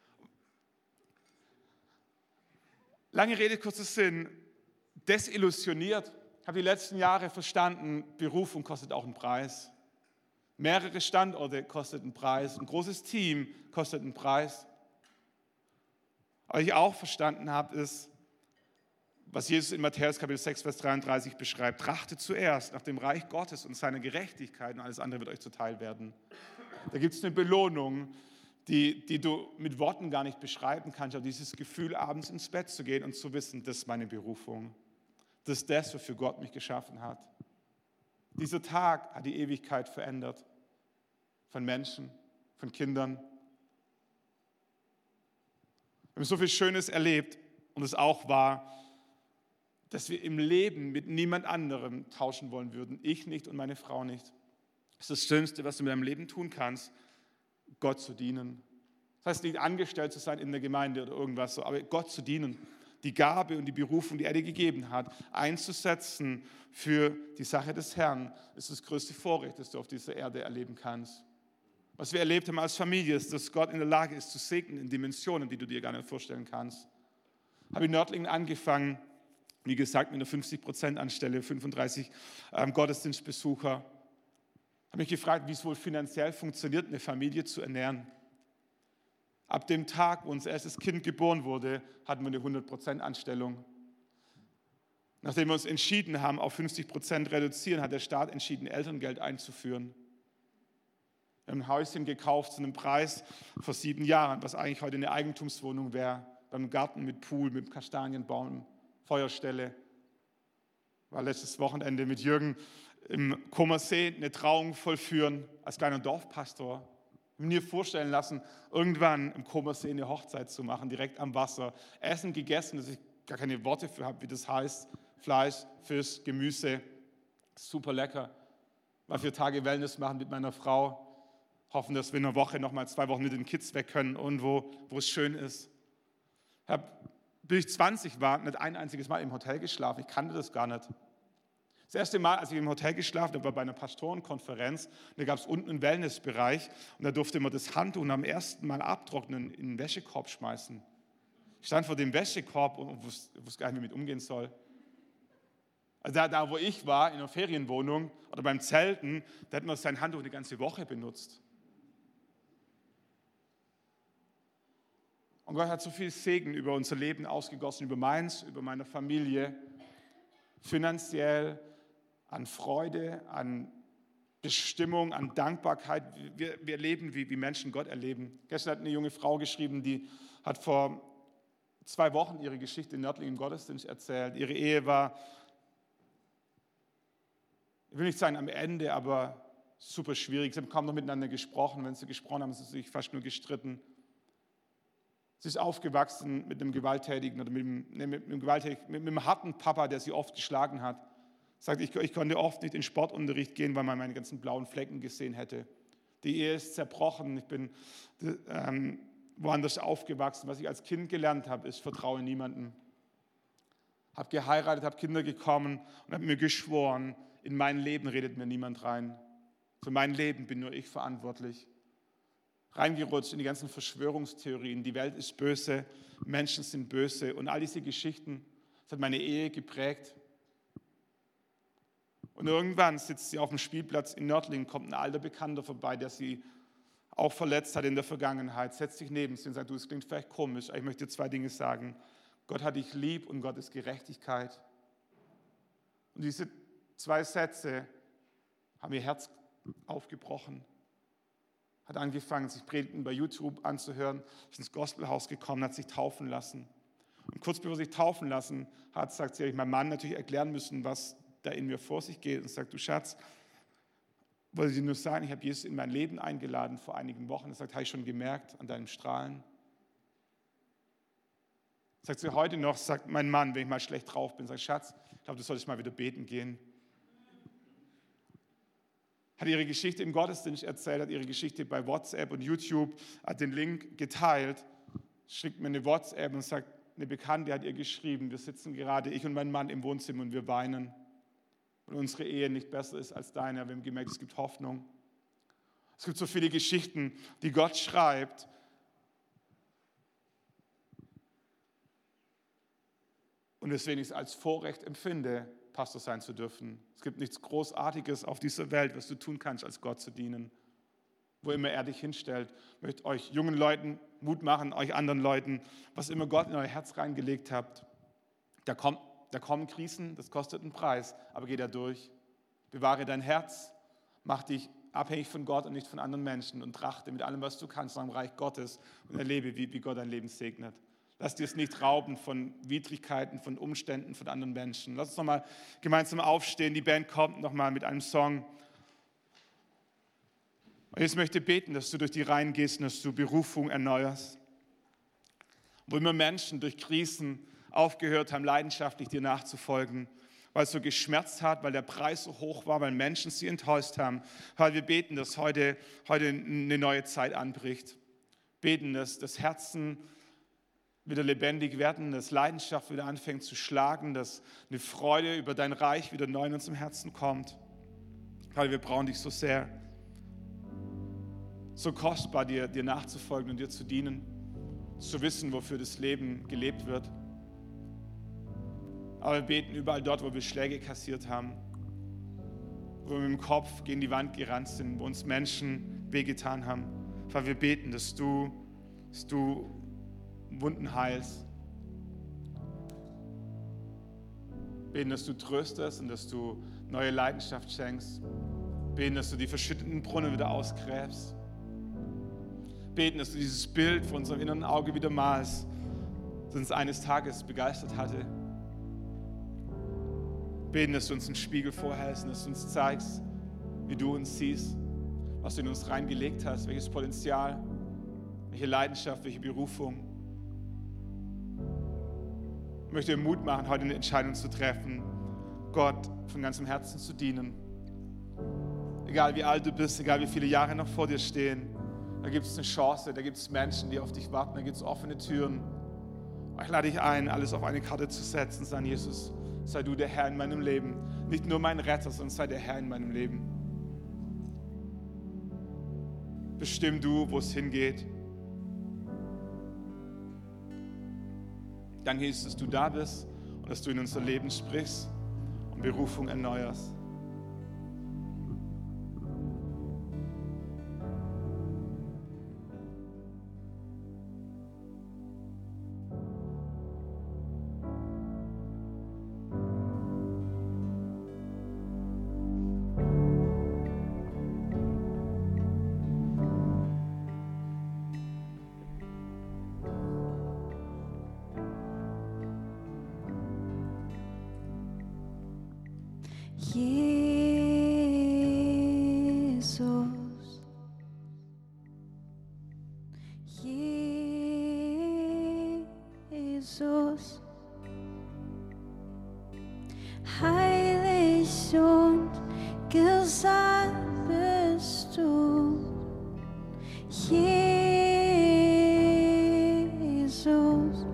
A: Lange Rede, kurzer Sinn. Desillusioniert. Ich habe die letzten Jahre verstanden, Berufung kostet auch einen Preis. Mehrere Standorte kosten einen Preis. Ein großes Team kostet einen Preis. Aber ich auch verstanden habe, ist, was Jesus in Matthäus Kapitel 6, Vers 33 beschreibt. Trachtet zuerst nach dem Reich Gottes und seiner Gerechtigkeit und alles andere wird euch zuteil werden. Da gibt es eine Belohnung, die du mit Worten gar nicht beschreiben kannst. Aber dieses Gefühl, abends ins Bett zu gehen und zu wissen, das ist meine Berufung. Das ist das, wofür Gott mich geschaffen hat. Dieser Tag hat die Ewigkeit verändert. Von Menschen, von Kindern. Wir haben so viel Schönes erlebt und es auch war, dass wir im Leben mit niemand anderem tauschen wollen würden. Ich nicht und meine Frau nicht. Das ist das Schönste, was du mit deinem Leben tun kannst, Gott zu dienen. Das heißt nicht angestellt zu sein in der Gemeinde oder irgendwas so, aber Gott zu dienen. die Gabe und die Berufung, die er dir gegeben hat, einzusetzen für die Sache des Herrn, ist das größte Vorrecht, das du auf dieser Erde erleben kannst. Was wir erlebt haben als Familie, ist, dass Gott in der Lage ist, zu segnen in Dimensionen, die du dir gar nicht vorstellen kannst. Habe in Nördlingen angefangen, wie gesagt, mit einer 50%-Anstelle, 35 Gottesdienstbesucher. Habe mich gefragt, wie es wohl finanziell funktioniert, eine Familie zu ernähren. Ab dem Tag, wo unser erstes Kind geboren wurde, hatten wir eine 100%-Anstellung. Nachdem wir uns entschieden haben, auf 50% reduzieren, hat der Staat entschieden, Elterngeld einzuführen. Wir haben ein Häuschen gekauft zu einem Preis vor 7 Jahren, was eigentlich heute eine Eigentumswohnung wäre, beim Garten mit Pool, mit Kastanienbaum, Feuerstelle. War letztes Wochenende mit Jürgen im Kummersee eine Trauung vollführen als kleiner Dorfpastor. Ich habe mir vorstellen lassen, irgendwann im Kummersee eine Hochzeit zu machen, direkt am Wasser. Essen gegessen, dass ich gar keine Worte für habe, wie das heißt. Fleisch, Fisch, Gemüse, super lecker. Mal 4 Tage Wellness machen mit meiner Frau. Hoffen, dass wir in einer Woche nochmal 2 Wochen mit den Kids weg können, irgendwo, wo es schön ist. Bis ich 20 war, nicht ein einziges Mal im Hotel geschlafen. Ich kannte das gar nicht. Das erste Mal, als ich im Hotel geschlafen habe, war bei einer Pastorenkonferenz. Und da gab es unten einen Wellnessbereich. Und da durfte man das Handtuch am ersten Mal abtrocknen, in den Wäschekorb schmeißen. Ich stand vor dem Wäschekorb und wusste gar nicht, wie ich mit umgehen soll. Also da, wo ich war, in einer Ferienwohnung oder beim Zelten, da hat man sein Handtuch die ganze Woche benutzt. Und Gott hat so viel Segen über unser Leben ausgegossen, über meins, über meine Familie, finanziell, an Freude, an Bestimmung, an Dankbarkeit. Wir leben, wie Menschen Gott erleben. Gestern hat eine junge Frau geschrieben, die hat vor 2 Wochen ihre Geschichte in Nördlingen im Gottesdienst erzählt. Ihre Ehe war, ich will nicht sagen am Ende, aber super schwierig. Sie haben kaum noch miteinander gesprochen. Wenn sie gesprochen haben, haben sie sich fast nur gestritten. Sie ist aufgewachsen mit einem gewalttätigen oder mit einem harten Papa, der sie oft geschlagen hat. Sagt, ich konnte oft nicht in Sportunterricht gehen, weil man meine ganzen blauen Flecken gesehen hätte. Die Ehe ist zerbrochen. Ich bin woanders aufgewachsen. Was ich als Kind gelernt habe, ist, vertraue niemandem. Habe geheiratet, habe Kinder bekommen und habe mir geschworen, in mein Leben redet mir niemand rein. Für mein Leben bin nur ich verantwortlich. Reingerutscht in die ganzen Verschwörungstheorien. Die Welt ist böse, Menschen sind böse und all diese Geschichten. Das hat meine Ehe geprägt. Und irgendwann sitzt sie auf dem Spielplatz in Nördlingen, kommt ein alter Bekannter vorbei, der sie auch verletzt hat in der Vergangenheit, setzt sich neben sie und sagt, du, es klingt vielleicht komisch, aber ich möchte dir 2 Dinge sagen. Gott hat dich lieb und Gott ist Gerechtigkeit. Und diese 2 Sätze haben ihr Herz aufgebrochen. Hat angefangen, sich Predigten bei YouTube anzuhören, ist ins Gospelhaus gekommen, hat sich taufen lassen. Und kurz bevor sie sich taufen lassen hat, sagt sie, habe ich meinem Mann natürlich erklären müssen, was da in mir vor sich geht. Und sagt, du Schatz, wollte sie nur sagen, ich habe Jesus in mein Leben eingeladen vor einigen Wochen. Er sagt, habe ich schon gemerkt an deinem Strahlen. Sagt sie heute noch, sagt mein Mann, wenn ich mal schlecht drauf bin, sagt, Schatz, ich glaube, du solltest mal wieder beten gehen. Hat ihre Geschichte im Gottesdienst erzählt, hat ihre Geschichte bei WhatsApp und YouTube, hat den Link geteilt, schickt mir eine WhatsApp und sagt, eine Bekannte hat ihr geschrieben, wir sitzen gerade, ich und mein Mann im Wohnzimmer und wir weinen, weil unsere Ehe nicht besser ist als deine. Wir haben gemerkt, es gibt Hoffnung. Es gibt so viele Geschichten, die Gott schreibt. Und weswegen ich es als Vorrecht empfinde, Pastor sein zu dürfen. Es gibt nichts Großartiges auf dieser Welt, was du tun kannst, als Gott zu dienen. Wo immer er dich hinstellt. Ich möchte euch jungen Leuten Mut machen, euch anderen Leuten, was immer Gott in euer Herz reingelegt habt. Da kommen Krisen, das kostet einen Preis, aber geh da durch. Bewahre dein Herz, mach dich abhängig von Gott und nicht von anderen Menschen und trachte mit allem, was du kannst, nach dem Reich Gottes und erlebe, wie Gott dein Leben segnet. Lass dir es nicht rauben von Widrigkeiten, von Umständen, von anderen Menschen. Lass uns nochmal gemeinsam aufstehen. Die Band kommt nochmal mit einem Song. Und jetzt möchte ich beten, dass du durch die Reihen gehst und dass du Berufung erneuerst. Wo immer Menschen durch Krisen aufgehört haben, leidenschaftlich dir nachzufolgen, weil es so geschmerzt hat, weil der Preis so hoch war, weil Menschen sie enttäuscht haben. Weil wir beten, dass heute eine neue Zeit anbricht. Beten, dass das Herzen wieder lebendig werden, dass Leidenschaft wieder anfängt zu schlagen, dass eine Freude über dein Reich wieder neu in unserem Herzen kommt. Vater, wir brauchen dich so sehr. So kostbar, dir nachzufolgen und dir zu dienen, zu wissen, wofür das Leben gelebt wird. Aber wir beten überall dort, wo wir Schläge kassiert haben, wo wir mit dem Kopf gegen die Wand gerannt sind, wo uns Menschen wehgetan haben. Vater, wir beten, dass du Wunden heilst. Beten, dass du tröstest und dass du neue Leidenschaft schenkst. Beten, dass du die verschütteten Brunnen wieder ausgräbst. Beten, dass du dieses Bild vor unserem inneren Auge wieder malst, das uns eines Tages begeistert hatte. Beten, dass du uns einen Spiegel vorhältst und dass du uns zeigst, wie du uns siehst, was du in uns reingelegt hast, welches Potenzial, welche Leidenschaft, welche Berufung. Ich möchte dir Mut machen, heute eine Entscheidung zu treffen, Gott von ganzem Herzen zu dienen. Egal wie alt du bist, egal wie viele Jahre noch vor dir stehen, da gibt es eine Chance, da gibt es Menschen, die auf dich warten, da gibt es offene Türen. Ich lade dich ein, alles auf eine Karte zu setzen und sagen, Jesus, sei du der Herr in meinem Leben. Nicht nur mein Retter, sondern sei der Herr in meinem Leben. Bestimm du, wo es hingeht. Danke, Jesus, dass du da bist und dass du in unser Leben sprichst und Berufung erneuerst.
B: Jesus, heilig und gesalbt bist du, Jesus,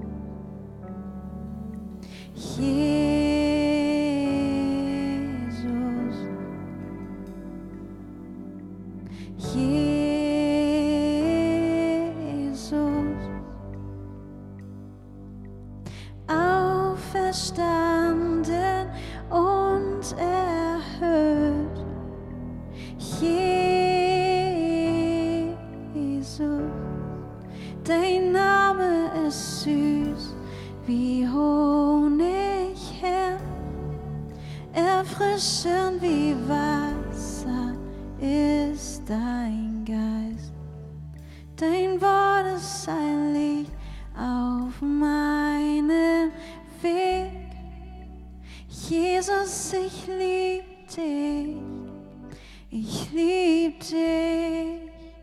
B: auferstanden und erhöht, Jesus, dein Name ist süß wie Honig, Herr, erfrischend wie Wasser ist dein Geist, dein Wort ist ein Licht auf meinem Weg. Jesus, ich lieb dich, ich lieb dich.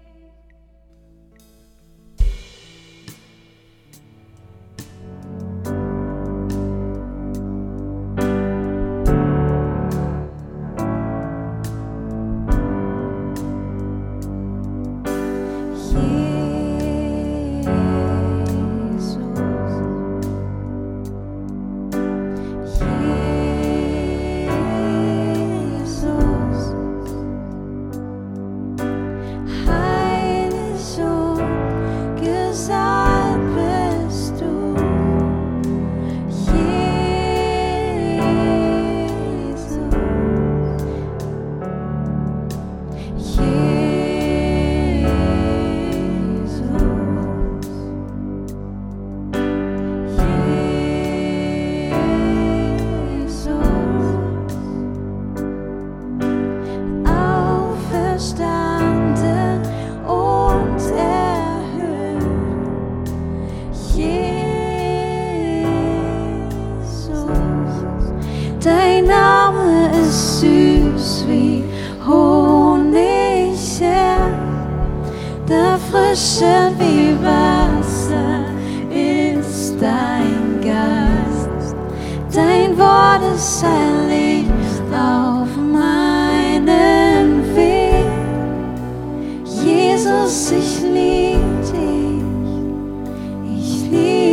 B: Dein Name ist süß wie Honig, Herr, erfrischend wie Wasser ist dein Geist. Dein Wort ist ein Licht auf meinem Weg. Jesus, ich lieb dich, ich lieb dich.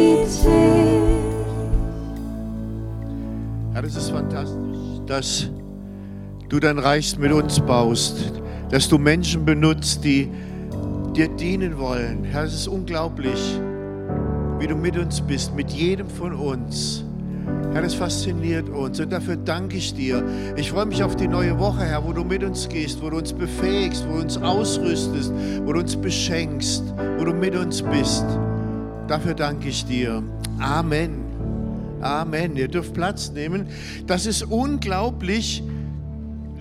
C: das ist fantastisch, dass du dein Reich mit uns baust, dass du Menschen benutzt, die dir dienen wollen. Herr, es ist unglaublich, wie du mit uns bist, mit jedem von uns. Herr, das fasziniert uns und dafür danke ich dir. Ich freue mich auf die neue Woche, Herr, wo du mit uns gehst, wo du uns befähigst, wo du uns ausrüstest, wo du uns beschenkst, wo du mit uns bist. Dafür danke ich dir. Amen. Amen. Ihr dürft Platz nehmen. Das ist unglaublich,